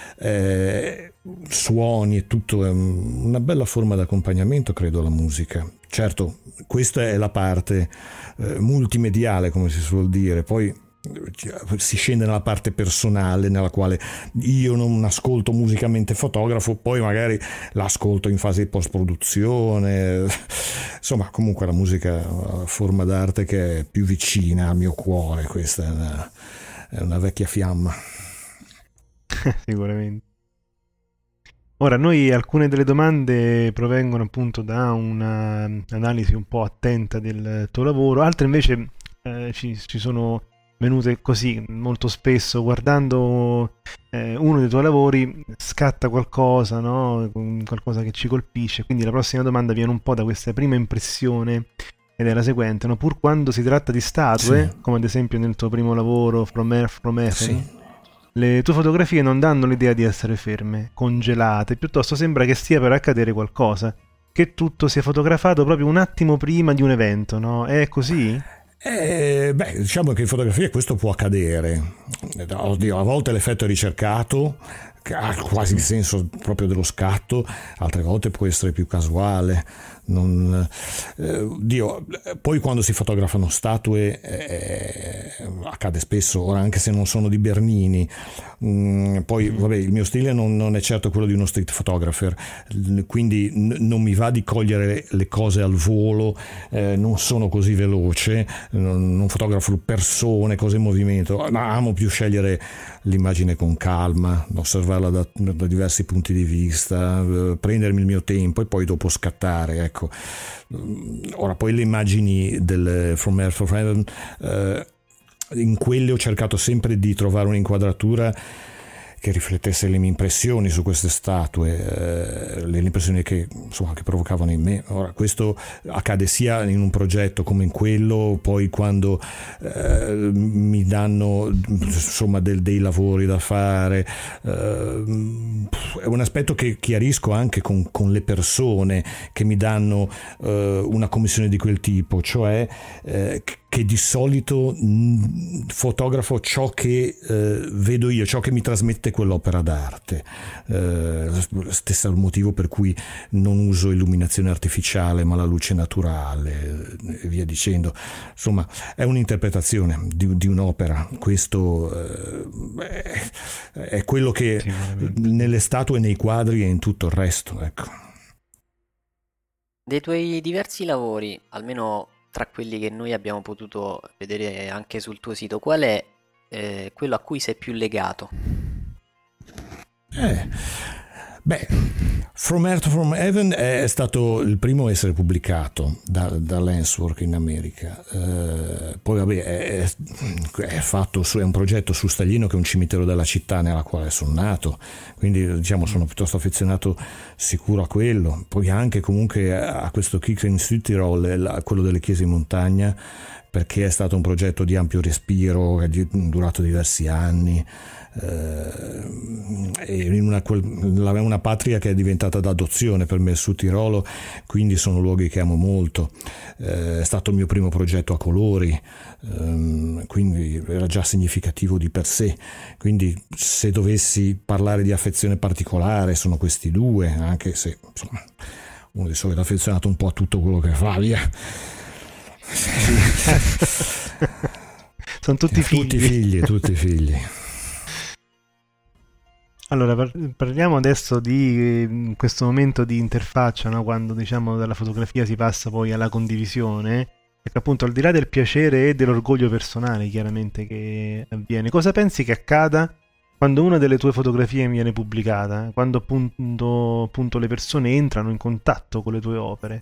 [SPEAKER 11] suoni e tutto, è una bella forma di accompagnamento, credo, alla musica. Certo, questa è la parte multimediale, come si suol dire, poi si scende nella parte personale, nella quale io non ascolto musica mentre fotografo, poi magari l'ascolto in fase di post-produzione. Insomma, comunque la musica è una forma d'arte che è più vicina al mio cuore, questa è una vecchia fiamma.
[SPEAKER 8] Sicuramente. Ora, noi alcune delle domande provengono appunto da un'analisi un po' attenta del tuo lavoro, altre invece ci sono venute così molto spesso, guardando uno dei tuoi lavori scatta qualcosa, no? Qualcosa che ci colpisce, quindi la prossima domanda viene un po' da questa prima impressione, ed è la seguente, no? Pur quando si tratta di statue, sì, come ad esempio nel tuo primo lavoro From Earth, From Heaven, sì, le tue fotografie non danno l'idea di essere ferme, congelate, piuttosto sembra che stia per accadere qualcosa, che tutto sia fotografato proprio un attimo prima di un evento, no? È così?
[SPEAKER 11] Beh, diciamo che in fotografia questo può accadere. Oddio, a volte l'effetto è ricercato, ha quasi il senso proprio dello scatto, altre volte può essere più casuale. Poi quando si fotografano statue accade spesso, ora anche se non sono di Bernini, poi vabbè, il mio stile non è certo quello di uno street photographer, quindi non mi va di cogliere le cose al volo, non sono così veloce, non fotografo persone, cose in movimento, ma amo più scegliere l'immagine con calma, osservarla da diversi punti di vista, prendermi il mio tempo e poi dopo scattare, ecco. Ora poi le immagini del From Earth to Heaven, in quelle ho cercato sempre di trovare un'inquadratura che riflettesse le mie impressioni su queste statue, le impressioni che provocavano in me. Ora, questo accade sia in un progetto come in quello, poi quando mi danno dei lavori da fare, è un aspetto che chiarisco anche con le persone che mi danno una commissione di quel tipo, cioè che di solito fotografo ciò che vedo io, ciò che mi trasmette quell'opera d'arte. Stesso motivo per cui non uso illuminazione artificiale ma la luce naturale e via dicendo. Insomma, è un'interpretazione di un'opera. Questo è quello che nelle statue, nei quadri e in tutto il resto, ecco.
[SPEAKER 2] Dei tuoi diversi lavori, almeno tra quelli che noi abbiamo potuto vedere anche sul tuo sito, qual è quello a cui sei più legato?
[SPEAKER 11] From Earth to Heaven è stato il primo a essere pubblicato da Lancework in America. Poi vabbè, è fatto è un progetto su Staglino, che è un cimitero della città nella quale sono nato, quindi diciamo sono piuttosto affezionato sicuro a quello. Poi anche comunque a questo Kick in Südtirol, quello delle chiese in montagna, perché è stato un progetto di ampio respiro che è durato diversi anni, in una patria che è diventata d'adozione per me, il Sud Tirolo, quindi sono luoghi che amo molto. È stato il mio primo progetto a colori, quindi era già significativo di per sé. Quindi se dovessi parlare di affezione particolare sono questi due, anche se insomma uno di solito è affezionato un po' a tutto quello che fa, via.
[SPEAKER 8] Sono tutti figli.
[SPEAKER 11] Tutti figli.
[SPEAKER 8] Allora parliamo adesso di questo momento di interfaccia, no? Quando diciamo dalla fotografia si passa poi alla condivisione, perché appunto al di là del piacere e dell'orgoglio personale chiaramente che avviene, cosa pensi che accada quando una delle tue fotografie viene pubblicata, quando appunto le persone entrano in contatto con le tue opere?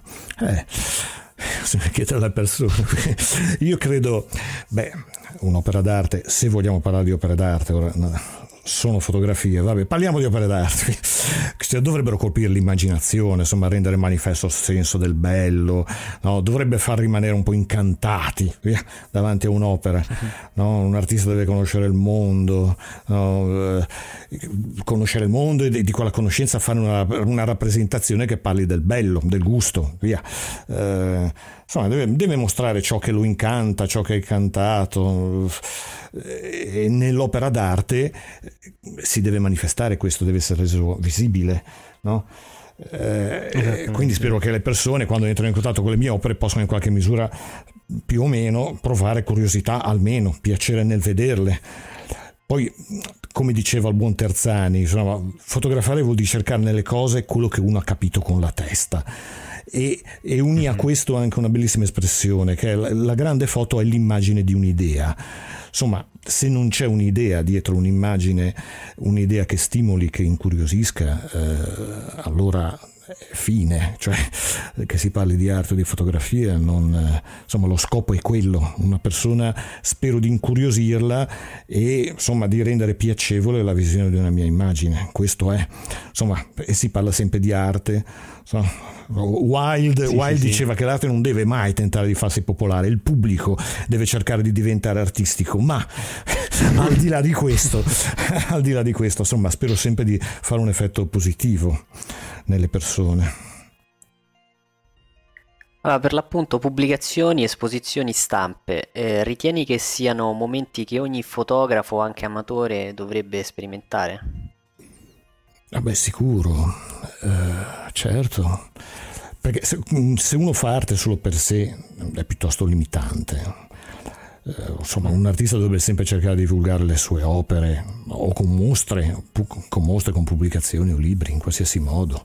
[SPEAKER 11] Se mi chiede alla persona, io credo, un'opera d'arte, se vogliamo parlare di opere d'arte, ora sono fotografie, vabbè, parliamo di opere d'arte, dovrebbero colpire l'immaginazione, insomma rendere manifesto il senso del bello, no? Dovrebbe far rimanere un po' incantati davanti a un'opera, no? Un artista deve conoscere il mondo, no? Conoscere il mondo e di quella conoscenza fare una rappresentazione che parli del bello, del gusto, via. Insomma, deve mostrare ciò che lo incanta, ciò che è cantato, e nell'opera d'arte si deve manifestare questo, deve essere reso visibile, no? Quindi spero che le persone, quando entrano in contatto con le mie opere, possano in qualche misura più o meno provare curiosità, almeno piacere nel vederle. Poi, come diceva il buon Terzani, insomma, fotografare vuol dire cercare nelle cose quello che uno ha capito con la testa. E unì a questo anche una bellissima espressione, che è la grande foto è l'immagine di un'idea. Insomma, se non c'è un'idea dietro un'immagine, un'idea che stimoli, che incuriosisca, allora fine, cioè che si parli di arte o di fotografia, insomma lo scopo è quello, una persona, spero di incuriosirla e insomma di rendere piacevole la visione di una mia immagine, questo è, insomma, e si parla sempre di arte, insomma. Wilde diceva che l'arte non deve mai tentare di farsi popolare, il pubblico deve cercare di diventare artistico, ma al di là di questo insomma spero sempre di fare un effetto positivo nelle persone.
[SPEAKER 2] Allora, per l'appunto pubblicazioni, esposizioni, stampe, ritieni che siano momenti che ogni fotografo, anche amatore, dovrebbe sperimentare?
[SPEAKER 11] Sicuro, certo, perché se uno fa arte solo per sé è piuttosto limitante. Insomma, un artista dovrebbe sempre cercare di divulgare le sue opere o con mostre, con pubblicazioni o libri, in qualsiasi modo.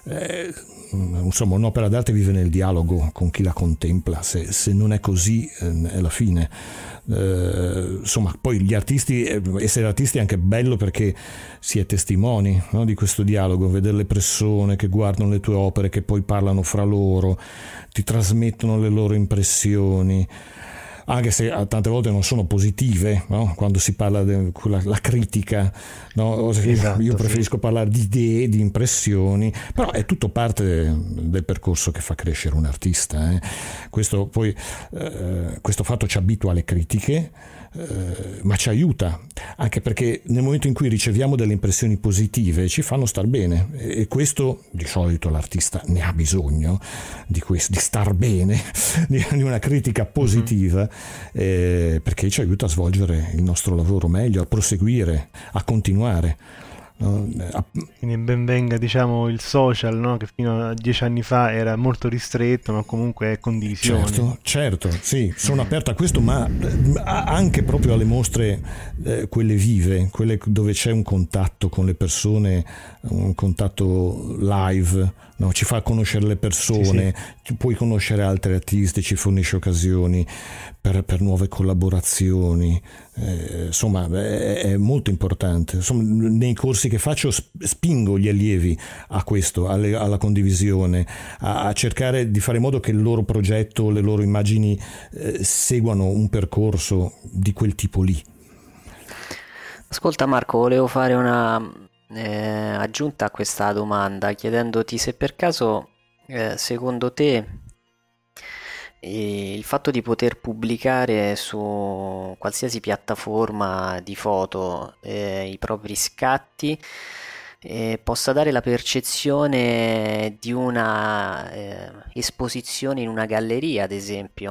[SPEAKER 11] Insomma, un'opera d'arte vive nel dialogo con chi la contempla. Se non è così è la fine. Insomma, poi gli artisti, essere artisti è anche bello perché si è testimoni, no, di questo dialogo, vedere le persone che guardano le tue opere, che poi parlano fra loro, ti trasmettono le loro impressioni, anche se tante volte non sono positive, no? Quando si parla della critica, no? Esatto, io preferisco parlare di idee, di impressioni, però è tutto parte del percorso che fa crescere un artista. Questo fatto ci abitua alle critiche, ma ci aiuta, anche perché nel momento in cui riceviamo delle impressioni positive ci fanno star bene, e questo di solito l'artista ne ha bisogno, di star bene, di una critica positiva, perché ci aiuta a svolgere il nostro lavoro meglio, a proseguire, a continuare.
[SPEAKER 8] Quindi ben venga, diciamo, il social, no? Che fino a 10 anni fa era molto ristretto, ma comunque è condivisione.
[SPEAKER 11] Certo, sì, sono aperto a questo, ma anche proprio alle mostre, quelle vive, quelle dove c'è un contatto con le persone, un contatto live, no? Ci fa conoscere le persone, sì. Puoi conoscere altri artisti, ci fornisce occasioni per nuove collaborazioni. Insomma, è molto importante. Insomma, nei corsi che faccio spingo gli allievi a questo, alla condivisione, a cercare di fare in modo che il loro progetto, le loro immagini seguano un percorso di quel tipo lì.
[SPEAKER 2] Ascolta Marco, volevo fare una aggiunta a questa domanda, chiedendoti se per caso secondo te il fatto di poter pubblicare su qualsiasi piattaforma di foto i propri scatti possa dare la percezione di una esposizione in una galleria, ad esempio.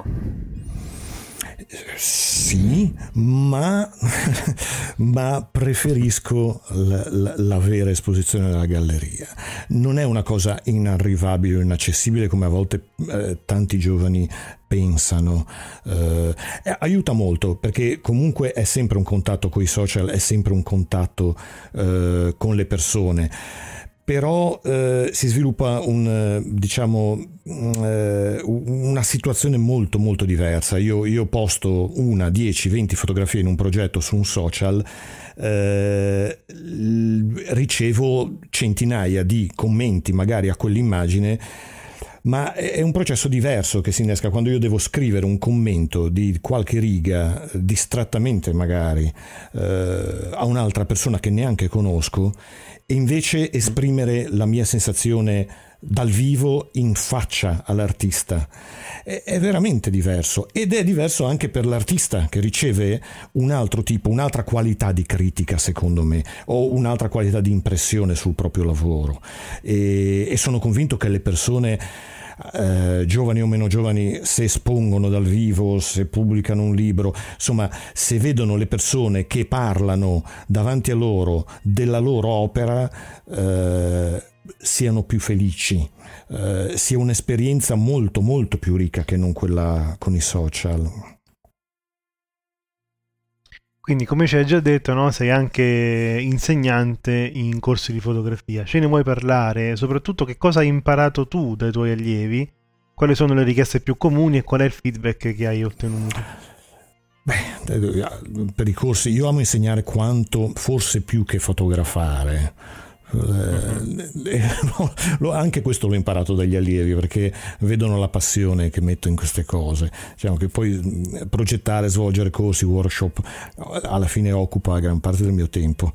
[SPEAKER 11] Sì, ma preferisco la vera esposizione nella galleria. Non è una cosa inarrivabile o inaccessibile come a volte tanti giovani pensano. Aiuta molto perché comunque è sempre un contatto con i social, è sempre un contatto con le persone. Però si sviluppa una situazione molto molto diversa. Io posto 1, 10, 20 fotografie in un progetto su un social, ricevo centinaia di commenti magari a quell'immagine, ma è un processo diverso che si innesca quando io devo scrivere un commento di qualche riga, distrattamente magari, a un'altra persona che neanche conosco, e invece esprimere la mia sensazione dal vivo in faccia all'artista. È veramente diverso, ed è diverso anche per l'artista che riceve un altro tipo, un'altra qualità di critica, secondo me, o un'altra qualità di impressione sul proprio lavoro, e sono convinto che le persone, giovani o meno giovani, se espongono dal vivo, se pubblicano un libro, insomma, se vedono le persone che parlano davanti a loro della loro opera, siano più felici, sia un'esperienza molto molto più ricca che non quella con i social.
[SPEAKER 8] Quindi, come ci hai già detto, no, sei anche insegnante in corsi di fotografia. Ce ne vuoi parlare? Soprattutto che cosa hai imparato tu dai tuoi allievi? Quali sono le richieste più comuni e qual è il feedback che hai ottenuto?
[SPEAKER 11] Per i corsi io amo insegnare quanto, forse più che fotografare. Anche questo l'ho imparato dagli allievi, perché vedono la passione che metto in queste cose. Diciamo che poi progettare, svolgere corsi, workshop alla fine occupa gran parte del mio tempo.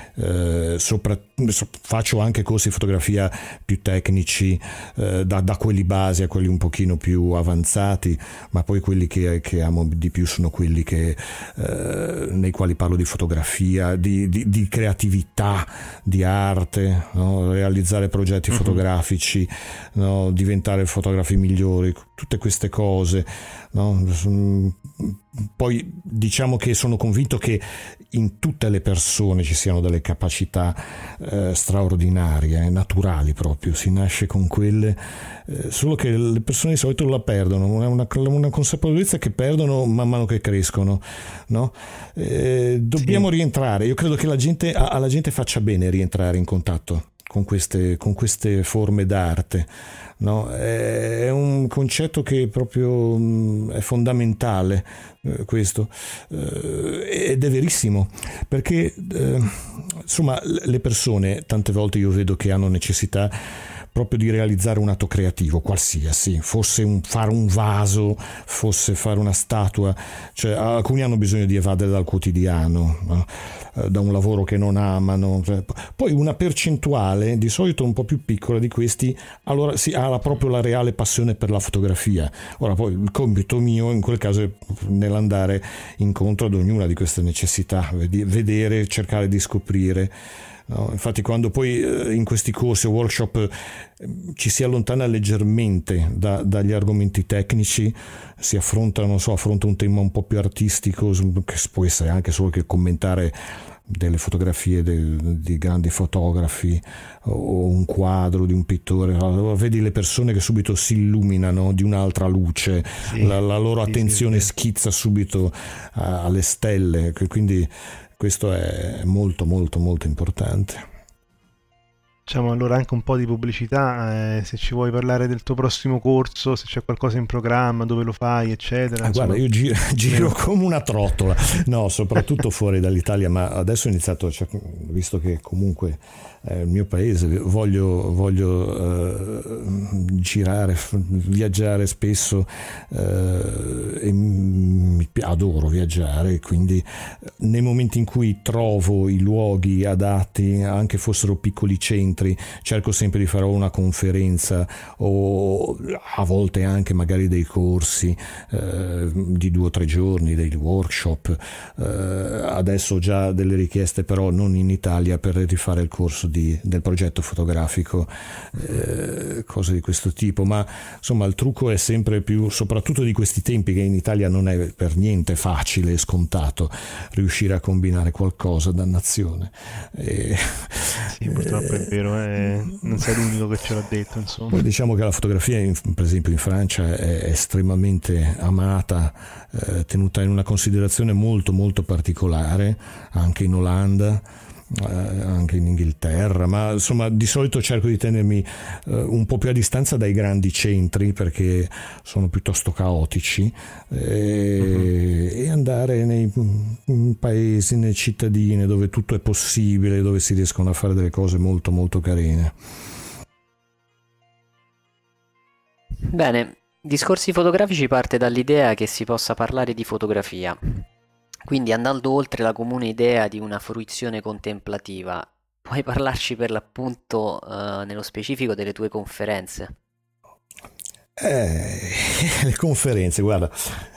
[SPEAKER 11] Faccio anche corsi di fotografia più tecnici, da quelli basi a quelli un pochino più avanzati, ma poi quelli che amo di più sono quelli nei quali parlo di fotografia, di creatività, di arte, no? Realizzare progetti fotografici, no? Diventare fotografi migliori, tutte queste cose, no? poi diciamo che sono convinto che in tutte le persone ci siano delle capacità straordinarie, naturali proprio, si nasce con quelle, solo che le persone di solito la perdono, una consapevolezza che perdono man mano che crescono, no? Dobbiamo rientrare, io credo che alla gente faccia bene rientrare in contatto con queste forme d'arte, no? È un concetto che proprio è fondamentale, questo, ed è verissimo, perché insomma le persone tante volte io vedo che hanno necessità proprio di realizzare un atto creativo qualsiasi, fosse fare un vaso, fosse fare una statua, cioè alcuni hanno bisogno di evadere dal quotidiano, no? Da un lavoro che non amano, poi una percentuale di solito un po' più piccola di questi allora ha proprio la reale passione per la fotografia. Ora poi il compito mio in quel caso è nell'andare incontro ad ognuna di queste necessità, vedere, cercare di scoprire. No, infatti quando poi in questi corsi o workshop ci si allontana leggermente dagli argomenti tecnici, si affronta un tema un po' più artistico, che può essere anche solo che commentare delle fotografie di grandi fotografi o un quadro di un pittore, vedi le persone che subito si illuminano di un'altra luce, la loro attenzione schizza subito alle stelle, quindi questo è molto molto molto importante.
[SPEAKER 8] Facciamo allora anche un po' di pubblicità, se ci vuoi parlare del tuo prossimo corso, se c'è qualcosa in programma, dove lo fai, eccetera.
[SPEAKER 11] Guarda, io giro come una trottola, no, soprattutto fuori dall'Italia, ma adesso ho iniziato, visto che comunque il mio paese, voglio girare, viaggiare spesso, e adoro viaggiare, quindi nei momenti in cui trovo i luoghi adatti, anche fossero piccoli centri, cerco sempre di fare una conferenza o a volte anche magari dei corsi di 2 o 3 giorni, dei workshop. Adesso ho già delle richieste, però non in Italia, per rifare il corso del progetto fotografico, cose di questo tipo, ma insomma il trucco è sempre più, soprattutto di questi tempi, che in Italia non è per niente facile e scontato riuscire a combinare qualcosa, dannazione.
[SPEAKER 8] Sì, purtroppo è vero, non sei l'unico che ce l'ha detto, insomma.
[SPEAKER 11] Poi diciamo che la fotografia per esempio in Francia è estremamente amata, tenuta in una considerazione molto molto particolare, anche in Olanda, anche in Inghilterra, ma insomma di solito cerco di tenermi un po' più a distanza dai grandi centri, perché sono piuttosto caotici, e andare nei paesi, nelle cittadine dove tutto è possibile, dove si riescono a fare delle cose molto molto carine.
[SPEAKER 2] Bene, Discorsi fotografici parte dall'idea che si possa parlare di fotografia. Quindi, andando oltre la comune idea di una fruizione contemplativa, puoi parlarci per l'appunto nello specifico delle tue conferenze?
[SPEAKER 11] Le conferenze, guarda,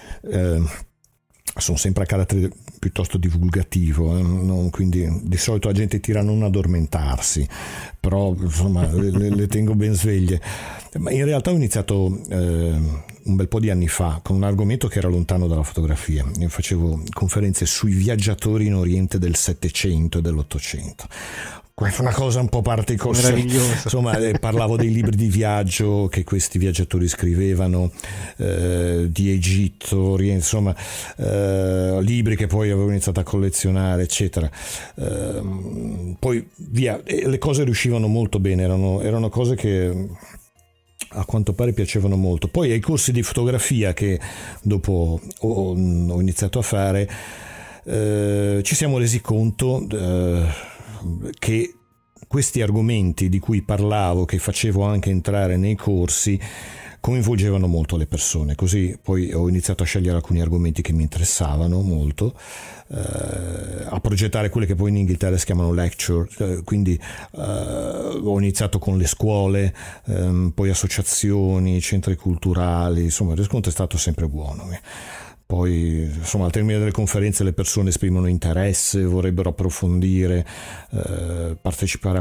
[SPEAKER 11] sono sempre a carattere piuttosto divulgativo, quindi di solito la gente tira a non addormentarsi, però insomma le tengo ben sveglie. Ma in realtà ho iniziato un bel po' di anni fa con un argomento che era lontano dalla fotografia. Io facevo conferenze sui viaggiatori in Oriente del Settecento e dell'Ottocento. Questa è una cosa un po' particolare, insomma, parlavo dei libri di viaggio che questi viaggiatori scrivevano, di Egitto, insomma, libri che poi avevo iniziato a collezionare, eccetera. Poi via, le cose riuscivano molto bene, erano cose che a quanto pare piacevano molto. Poi ai corsi di fotografia che dopo ho iniziato a fare, ci siamo resi conto che questi argomenti di cui parlavo, che facevo anche entrare nei corsi, coinvolgevano molto le persone. Così poi ho iniziato a scegliere alcuni argomenti che mi interessavano molto, a progettare quelle che poi in Inghilterra si chiamano lecture, quindi ho iniziato con le scuole, poi associazioni, centri culturali, insomma il riscontro è stato sempre buono. Poi insomma al termine delle conferenze le persone esprimono interesse, vorrebbero approfondire, partecipare a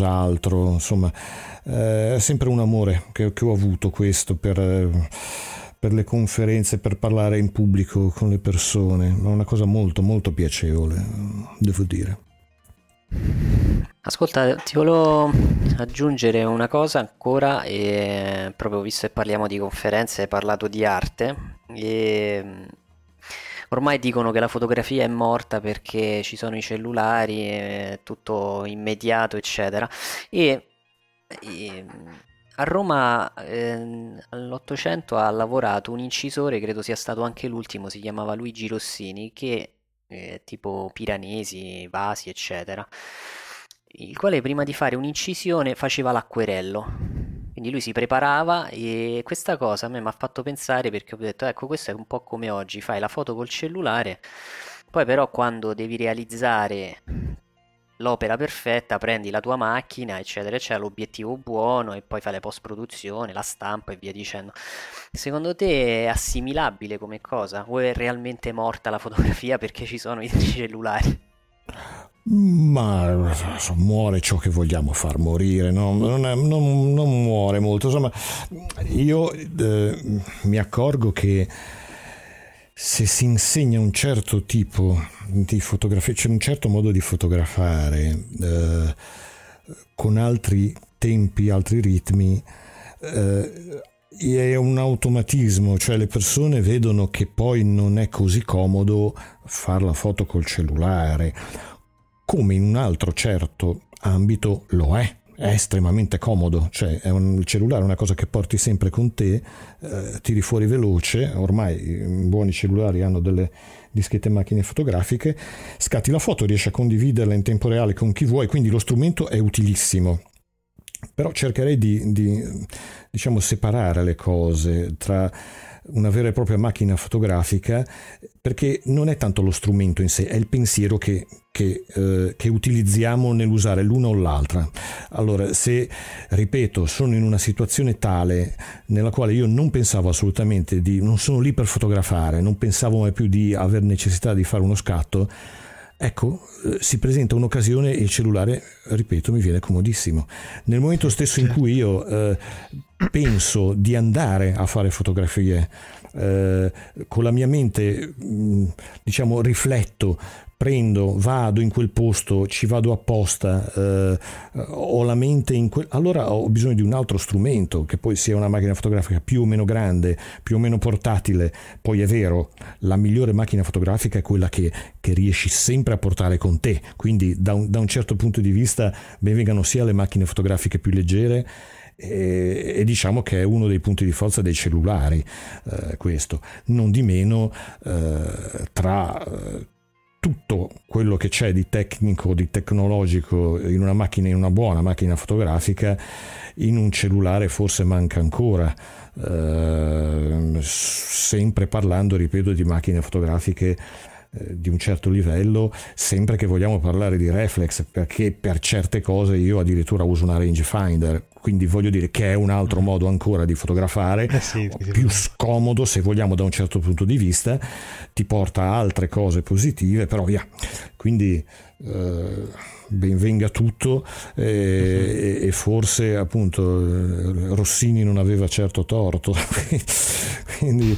[SPEAKER 11] qualcos'altro, insomma è sempre un amore che ho avuto questo per per le conferenze, per parlare in pubblico con le persone, è una cosa molto molto piacevole, devo dire.
[SPEAKER 2] Ascolta, ti volevo aggiungere una cosa ancora, e proprio visto che parliamo di conferenze, hai parlato di arte, e ormai dicono che la fotografia è morta perché ci sono i cellulari, è tutto immediato, eccetera. E a Roma all'Ottocento ha lavorato un incisore, credo sia stato anche l'ultimo, si chiamava Luigi Rossini, che tipo Piranesi, vasi, eccetera, il quale prima di fare un'incisione faceva l'acquerello. Quindi lui si preparava, e questa cosa a me mi ha fatto pensare, perché ho detto, ecco, questo è un po' come oggi, fai la foto col cellulare, poi però quando devi realizzare l'opera perfetta prendi la tua macchina, eccetera, eccetera, l'obiettivo buono, e poi fai la post-produzione, la stampa e via dicendo. Secondo te è assimilabile come cosa? O è realmente morta la fotografia perché ci sono i cellulari?
[SPEAKER 11] Ma muore ciò che vogliamo far morire, no? Non muore molto. Insomma, io mi accorgo che se si insegna un certo tipo di fotografia, c'è un certo modo di fotografare con altri tempi, altri ritmi, è un automatismo, cioè le persone vedono che poi non è così comodo fare la foto col cellulare, come in un altro certo ambito lo è estremamente comodo, cioè il cellulare è una cosa che porti sempre con te, tiri fuori veloce, ormai i buoni cellulari hanno delle dischette macchine fotografiche, scatti la foto, riesci a condividerla in tempo reale con chi vuoi, quindi lo strumento è utilissimo. Però cercherei di diciamo separare le cose tra una vera e propria macchina fotografica, perché non è tanto lo strumento in sé, è il pensiero che utilizziamo nell'usare l'una o l'altra. Allora, se, ripeto, sono in una situazione tale nella quale io non pensavo assolutamente non sono lì per fotografare, non pensavo mai più di aver necessità di fare uno scatto, ecco, si presenta un'occasione e il cellulare, ripeto, mi viene comodissimo. Nel momento stesso in cui io penso di andare a fare fotografie, con la mia mente, diciamo, rifletto, vado in quel posto, ci vado apposta, ho la mente allora ho bisogno di un altro strumento, che poi sia una macchina fotografica più o meno grande, più o meno portatile. Poi è vero, la migliore macchina fotografica è quella che riesci sempre a portare con te, quindi da un certo punto di vista benvengano sia le macchine fotografiche più leggere, e diciamo che è uno dei punti di forza dei cellulari, questo. Non di meno, tra tutto quello che c'è di tecnico, di tecnologico in una buona macchina fotografica, in un cellulare forse manca ancora, sempre parlando, ripeto, di macchine fotografiche di un certo livello, sempre che vogliamo parlare di reflex, perché per certe cose io addirittura uso una rangefinder, quindi voglio dire che è un altro modo ancora di fotografare, più scomodo se vogliamo da un certo punto di vista, ti porta a altre cose positive, però via, quindi ben venga tutto, e forse appunto Rossini non aveva certo torto. Quindi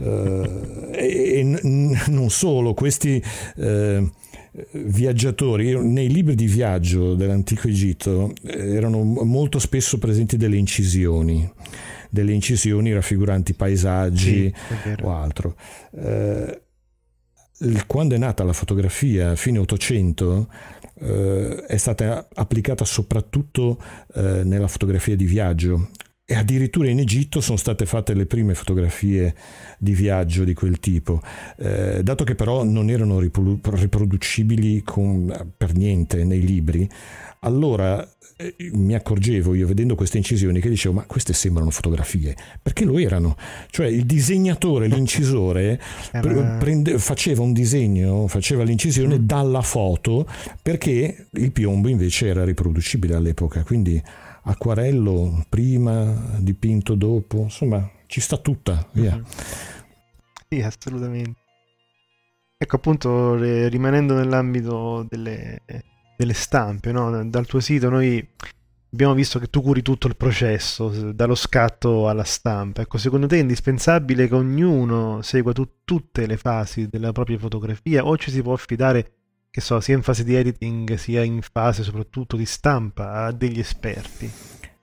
[SPEAKER 11] non solo questi viaggiatori, nei libri di viaggio dell'antico Egitto erano molto spesso presenti delle incisioni raffiguranti paesaggi, o altro. Quando è nata la fotografia a fine 800 è stata applicata soprattutto nella fotografia di viaggio, e addirittura in Egitto sono state fatte le prime fotografie di viaggio di quel tipo, dato che però non erano riproducibili per niente nei libri. Allora mi accorgevo io, vedendo queste incisioni, che dicevo: ma queste sembrano fotografie, perché lo erano. Cioè il disegnatore, l'incisore faceva un disegno, faceva l'incisione dalla foto, perché il piombo invece era riproducibile all'epoca, quindi acquarello prima, dipinto dopo, insomma ci sta tutta, via.
[SPEAKER 8] Sì, assolutamente. Ecco, appunto, rimanendo nell'ambito delle stampe, no? Dal tuo sito noi abbiamo visto che tu curi tutto il processo, dallo scatto alla stampa. Ecco, secondo te è indispensabile che ognuno segua tutte le fasi della propria fotografia, o ci si può affidare, che so, sia in fase di editing sia in fase soprattutto di stampa, a degli esperti?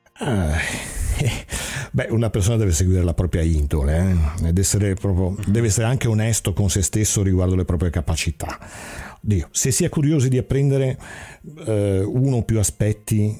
[SPEAKER 11] Beh, una persona deve seguire la propria indole, deve essere anche onesto con se stesso riguardo le proprie capacità. Se si è curiosi di apprendere uno o più aspetti,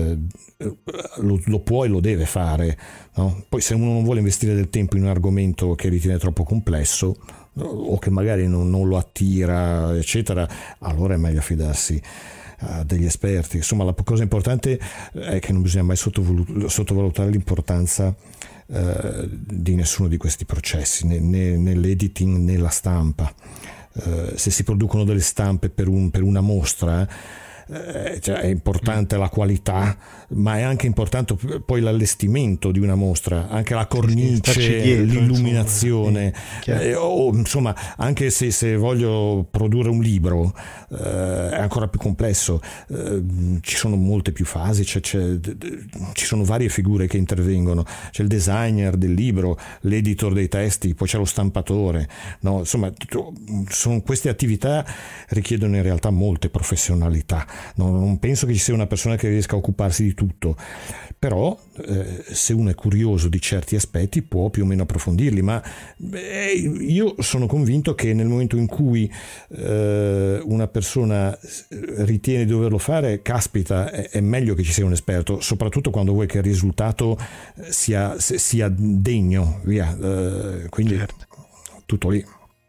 [SPEAKER 11] lo può e lo deve fare, no? Poi se uno non vuole investire del tempo in un argomento che ritiene troppo complesso o che magari non lo attira, eccetera, allora è meglio affidarsi a degli esperti. Insomma, la cosa importante è che non bisogna mai sottovalutare l'importanza di nessuno di questi processi, né nell'editing né la stampa. Se si producono delle stampe per una mostra, è importante la qualità, ma è anche importante poi l'allestimento di una mostra, anche la cornice, l'illuminazione, o insomma, anche se voglio produrre un libro è ancora più complesso, ci sono molte più fasi, ci sono varie figure che intervengono, c'è il designer del libro, l'editor dei testi, poi c'è lo stampatore, no? Insomma, queste attività richiedono in realtà molte professionalità. Non penso che ci sia una persona che riesca a occuparsi di tutto, però se uno è curioso di certi aspetti può più o meno approfondirli, ma io sono convinto che nel momento in cui una persona ritiene di doverlo fare, caspita, è meglio che ci sia un esperto, soprattutto quando vuoi che il risultato sia degno, via, quindi tutto lì.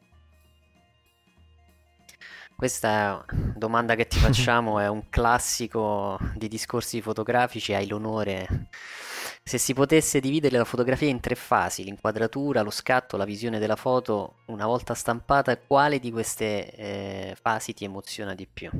[SPEAKER 2] Questa domanda che ti facciamo è un classico di discorsi fotografici. Hai l'onore. Se si potesse dividere la fotografia in 3 fasi, l'inquadratura, lo scatto, la visione della foto, una volta stampata, quale di queste fasi ti emoziona di più?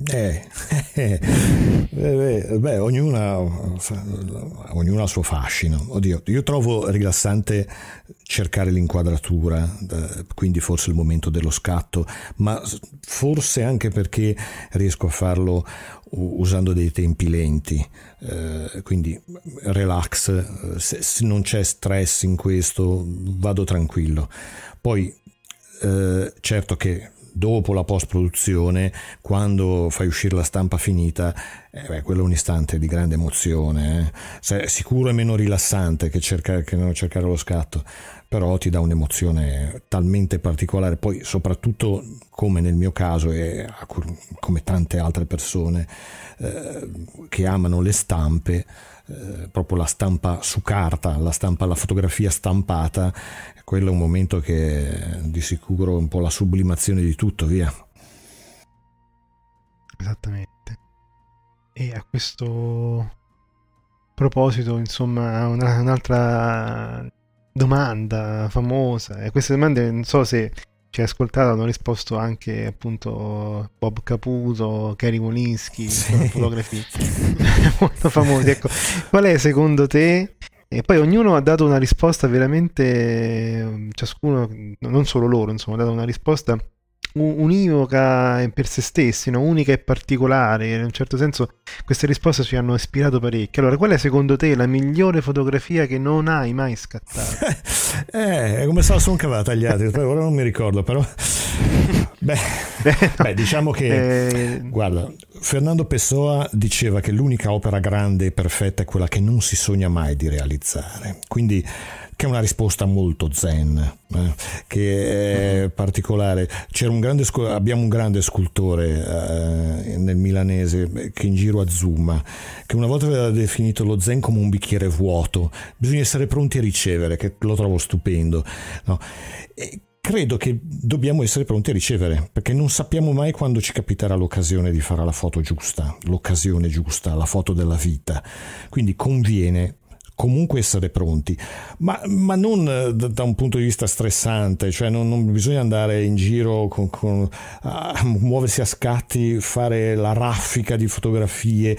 [SPEAKER 11] Ognuna ha il suo fascino. Oddio, io trovo rilassante cercare l'inquadratura, quindi forse il momento dello scatto, ma forse anche perché riesco a farlo usando dei tempi lenti, quindi relax, se non c'è stress in questo vado tranquillo. Poi certo che dopo la post-produzione, quando fai uscire la stampa finita, quello è un istante di grande emozione, sicuro è meno rilassante che non cercare lo scatto, però ti dà un'emozione talmente particolare. Poi soprattutto, come nel mio caso e come tante altre persone che amano le stampe, proprio la stampa su carta, la fotografia stampata, quello è un momento che di sicuro è un po' la sublimazione di tutto, via.
[SPEAKER 8] Esattamente. E a questo proposito, insomma, un'altra domanda famosa, e queste domande non so se ci hai ascoltato, hanno risposto anche appunto Bob Caputo, Gary Wolinski, sono fotografi molto famosi. Ecco, qual è secondo te? E poi ognuno ha dato una risposta veramente, ciascuno, non solo loro, insomma, ha dato una risposta univoca per se stessi, no? Unica e particolare. In un certo senso queste risposte ci hanno ispirato parecchio. Allora, qual è secondo te la migliore fotografia che non hai mai scattato?
[SPEAKER 11] Come se la sono cavata tagliati, ora non mi ricordo, però diciamo che guarda, Fernando Pessoa diceva che l'unica opera grande e perfetta è quella che non si sogna mai di realizzare, quindi che è una risposta molto zen, che è particolare. Abbiamo un grande scultore nel milanese, Kenjiro Azuma, che una volta aveva definito lo zen come un bicchiere vuoto, bisogna essere pronti a ricevere, che lo trovo stupendo, no? E credo che dobbiamo essere pronti a ricevere, perché non sappiamo mai quando ci capiterà l'occasione di fare la foto giusta, l'occasione giusta, la foto della vita, quindi conviene comunque essere pronti, ma non da un punto di vista stressante, cioè non bisogna andare in giro muoversi a scatti, fare la raffica di fotografie,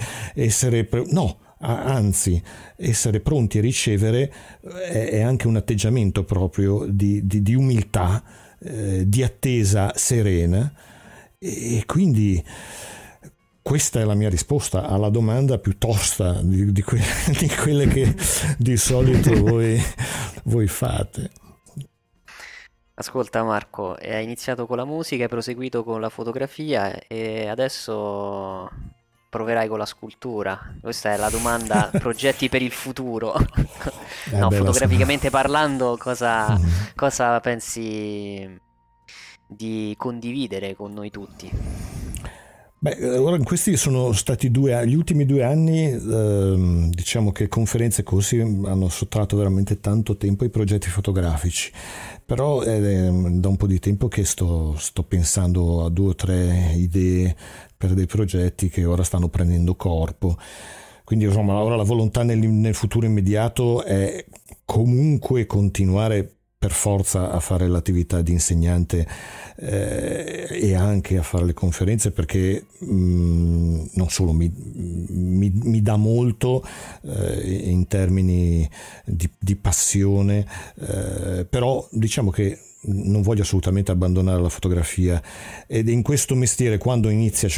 [SPEAKER 11] anzi, essere pronti a ricevere è anche un atteggiamento proprio di umiltà, di attesa serena, e quindi questa è la mia risposta alla domanda più tosta di quelle che di solito voi fate.
[SPEAKER 2] Ascolta Marco, hai iniziato con la musica, hai proseguito con la fotografia e adesso proverai con la scultura. Questa è la domanda, progetti per il futuro. No, fotograficamente parlando, cosa pensi di condividere con noi tutti?
[SPEAKER 11] Ora questi sono stati gli ultimi 2 anni, diciamo che conferenze e corsi hanno sottratto veramente tanto tempo ai progetti fotografici, però è da un po' di tempo che sto pensando a 2 o 3 idee per dei progetti che ora stanno prendendo corpo. Quindi insomma ora la volontà nel futuro immediato è comunque continuare per forza a fare l'attività di insegnante e anche a fare le conferenze, perché non solo mi dà molto in termini di passione, però diciamo che non voglio assolutamente abbandonare la fotografia, ed in questo mestiere quando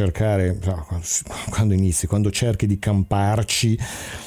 [SPEAKER 11] cerchi di camparci,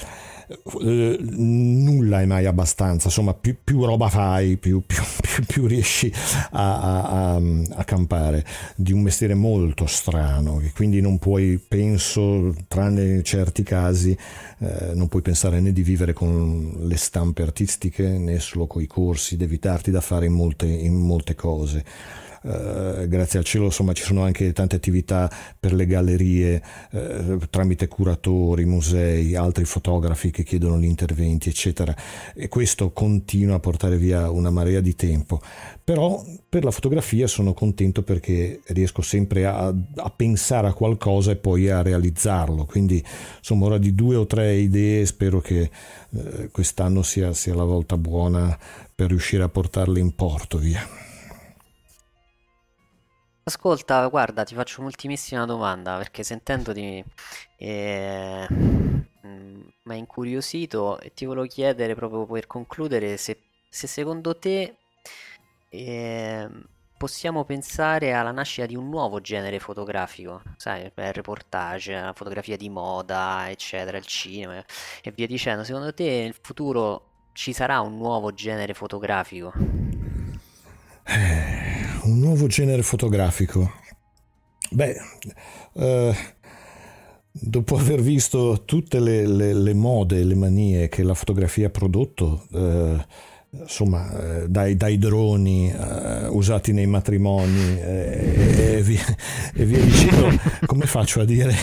[SPEAKER 11] nulla è mai abbastanza, insomma più roba fai più riesci a campare, di un mestiere molto strano, e quindi non puoi, penso, tranne certi casi, non puoi pensare né di vivere con le stampe artistiche né solo coi corsi, devi darti da fare in molte cose. Grazie al cielo insomma ci sono anche tante attività per le gallerie, tramite curatori, musei, altri fotografi che chiedono gli interventi eccetera, e questo continua a portare via una marea di tempo. Però per la fotografia sono contento perché riesco sempre a pensare a qualcosa e poi a realizzarlo, quindi insomma ora di 2 o 3 idee spero che quest'anno sia la volta buona per riuscire a portarle in porto via.
[SPEAKER 2] Ascolta, guarda, ti faccio un'ultimissima domanda, perché sentendoti mi ha incuriosito e ti volevo chiedere, proprio per concludere, se secondo te possiamo pensare alla nascita di un nuovo genere fotografico, sai, il reportage, la fotografia di moda, eccetera, il cinema e via dicendo. Secondo te nel futuro ci sarà un nuovo genere fotografico?
[SPEAKER 11] Un nuovo genere fotografico? Dopo aver visto tutte le mode, le manie che la fotografia ha prodotto, insomma, dai droni usati nei matrimoni e via dicendo, come faccio a dire?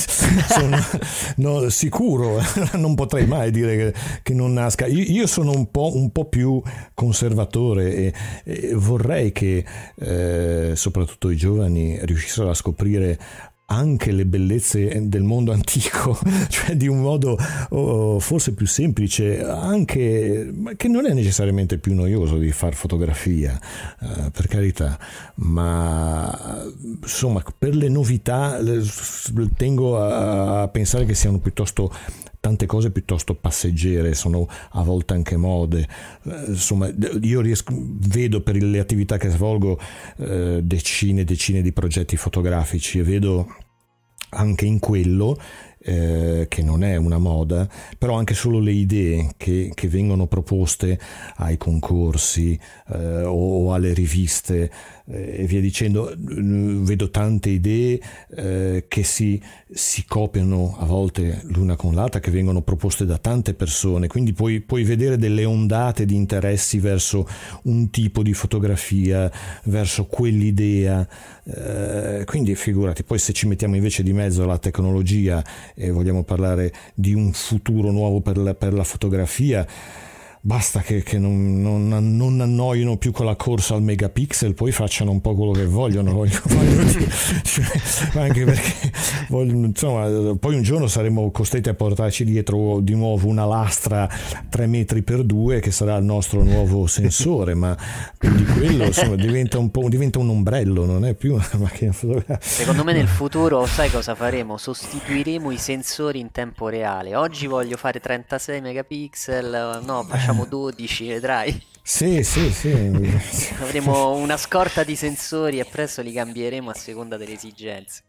[SPEAKER 11] Sicuro non potrei mai dire che non nasca. Io sono un po' più conservatore e vorrei che soprattutto i giovani riuscissero a scoprire anche le bellezze del mondo antico, cioè di un modo forse più semplice, anche che non è necessariamente più noioso di far fotografia, per carità, ma insomma per le novità tengo a pensare che siano piuttosto tante cose piuttosto passeggere, sono a volte anche mode, insomma io vedo per le attività che svolgo decine di progetti fotografici e vedo anche in quello che non è una moda, però anche solo le idee che vengono proposte ai concorsi o alle riviste e via dicendo, vedo tante idee che si copiano a volte l'una con l'altra, che vengono proposte da tante persone, quindi puoi vedere delle ondate di interessi verso un tipo di fotografia, verso quell'idea, quindi figurati, poi se ci mettiamo invece di mezzo la tecnologia e vogliamo parlare di un futuro nuovo per la fotografia, basta che non annoiano più con la corsa al megapixel, poi facciano un po' quello che vogliono, voglio dire, anche perché insomma, poi un giorno saremo costretti a portarci dietro di nuovo una lastra 3x2 che sarà il nostro nuovo sensore, ma di quello insomma, diventa un ombrello, non è più una macchina fotografica.
[SPEAKER 2] Secondo me nel futuro sai cosa faremo? Sostituiremo i sensori in tempo reale. Oggi voglio fare 36 megapixel, no, facciamo 12, vedrai.
[SPEAKER 11] Sì.
[SPEAKER 2] Avremo una scorta di sensori e presto li cambieremo a seconda delle esigenze.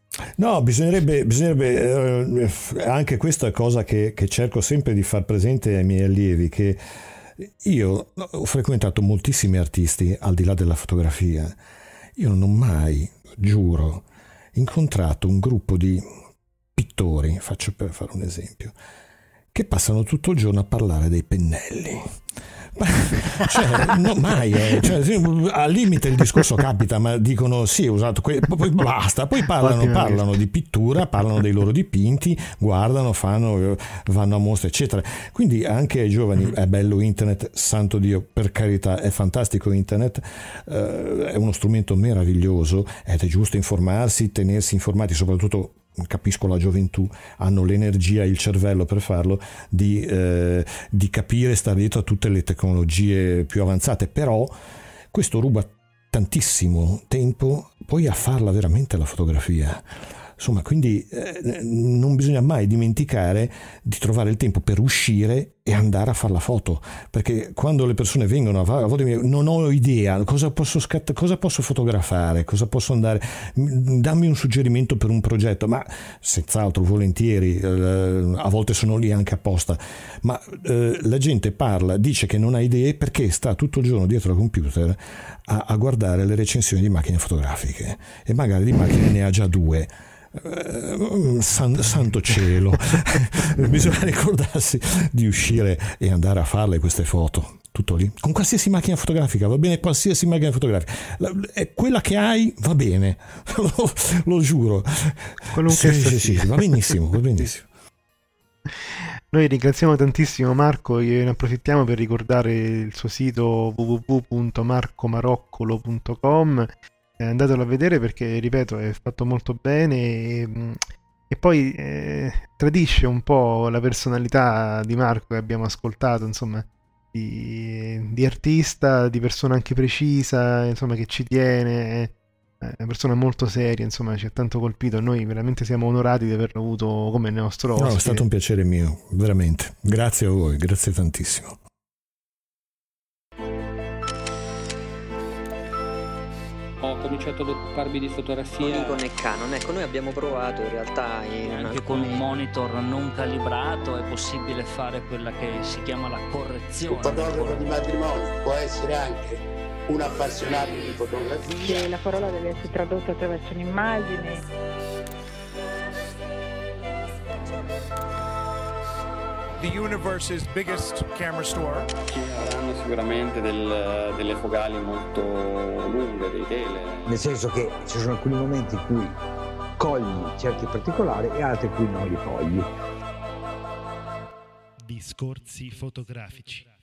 [SPEAKER 11] No, bisognerebbe anche questa è cosa che cerco sempre di far presente ai miei allievi, che io ho frequentato moltissimi artisti al di là della fotografia. Io non ho mai, giuro, incontrato un gruppo di pittori, faccio per fare un esempio, che passano tutto il giorno a parlare dei pennelli. Cioè, no, mai, cioè, al limite il discorso capita, ma dicono sì, ho usato poi basta, poi parlano di pittura, parlano dei loro dipinti, guardano, vanno a mostre, eccetera. Quindi anche ai giovani è bello internet, santo Dio, per carità, è fantastico internet, è uno strumento meraviglioso ed è giusto informarsi, tenersi informati, soprattutto capisco la gioventù, hanno l'energia, il cervello per farlo, di capire, stare dietro a tutte le tecnologie più avanzate, però questo ruba tantissimo tempo poi a farla veramente la fotografia. Insomma, quindi non bisogna mai dimenticare di trovare il tempo per uscire e andare a fare la foto, perché quando le persone vengono a volte non ho idea cosa posso fotografare, cosa posso andare, dammi un suggerimento per un progetto, ma senz'altro, volentieri, a volte sono lì anche apposta, ma la gente dice che non ha idee perché sta tutto il giorno dietro al computer a guardare le recensioni di macchine fotografiche e magari di macchine ne ha già due. Santo cielo, bisogna ricordarsi di uscire e andare a farle queste foto, tutto lì, con qualsiasi macchina fotografica, va bene, qualsiasi macchina fotografica, è quella che hai, va bene, lo giuro, sì, va benissimo.
[SPEAKER 8] Noi ringraziamo tantissimo Marco e ne approfittiamo per ricordare il suo sito www.marcomaroccolo.com. Andatelo a vedere perché, ripeto, è fatto molto bene e poi tradisce un po' la personalità di Marco che abbiamo ascoltato, insomma, di artista, di persona anche precisa, insomma, che ci tiene, è una persona molto seria, insomma, ci ha tanto colpito. Noi veramente siamo onorati di averlo avuto come nostro ospite.
[SPEAKER 11] No, è stato un piacere mio, veramente. Grazie a voi, grazie tantissimo.
[SPEAKER 1] Ho cominciato ad occuparmi di fotografia
[SPEAKER 2] con il Canon. Ecco, noi abbiamo provato in realtà
[SPEAKER 3] anche con un monitor non calibrato è possibile fare quella che si chiama la correzione.
[SPEAKER 4] Un fotografo di matrimonio può essere anche un appassionato di fotografia.
[SPEAKER 5] La parola deve essere tradotta attraverso un'immagine.
[SPEAKER 6] The universe's biggest camera store.
[SPEAKER 1] Ci avranno sicuramente delle focali molto lunghe, dei tele.
[SPEAKER 7] Nel senso che ci sono alcuni momenti in cui cogli certi particolari e altri in cui non li cogli.
[SPEAKER 12] Discorsi fotografici.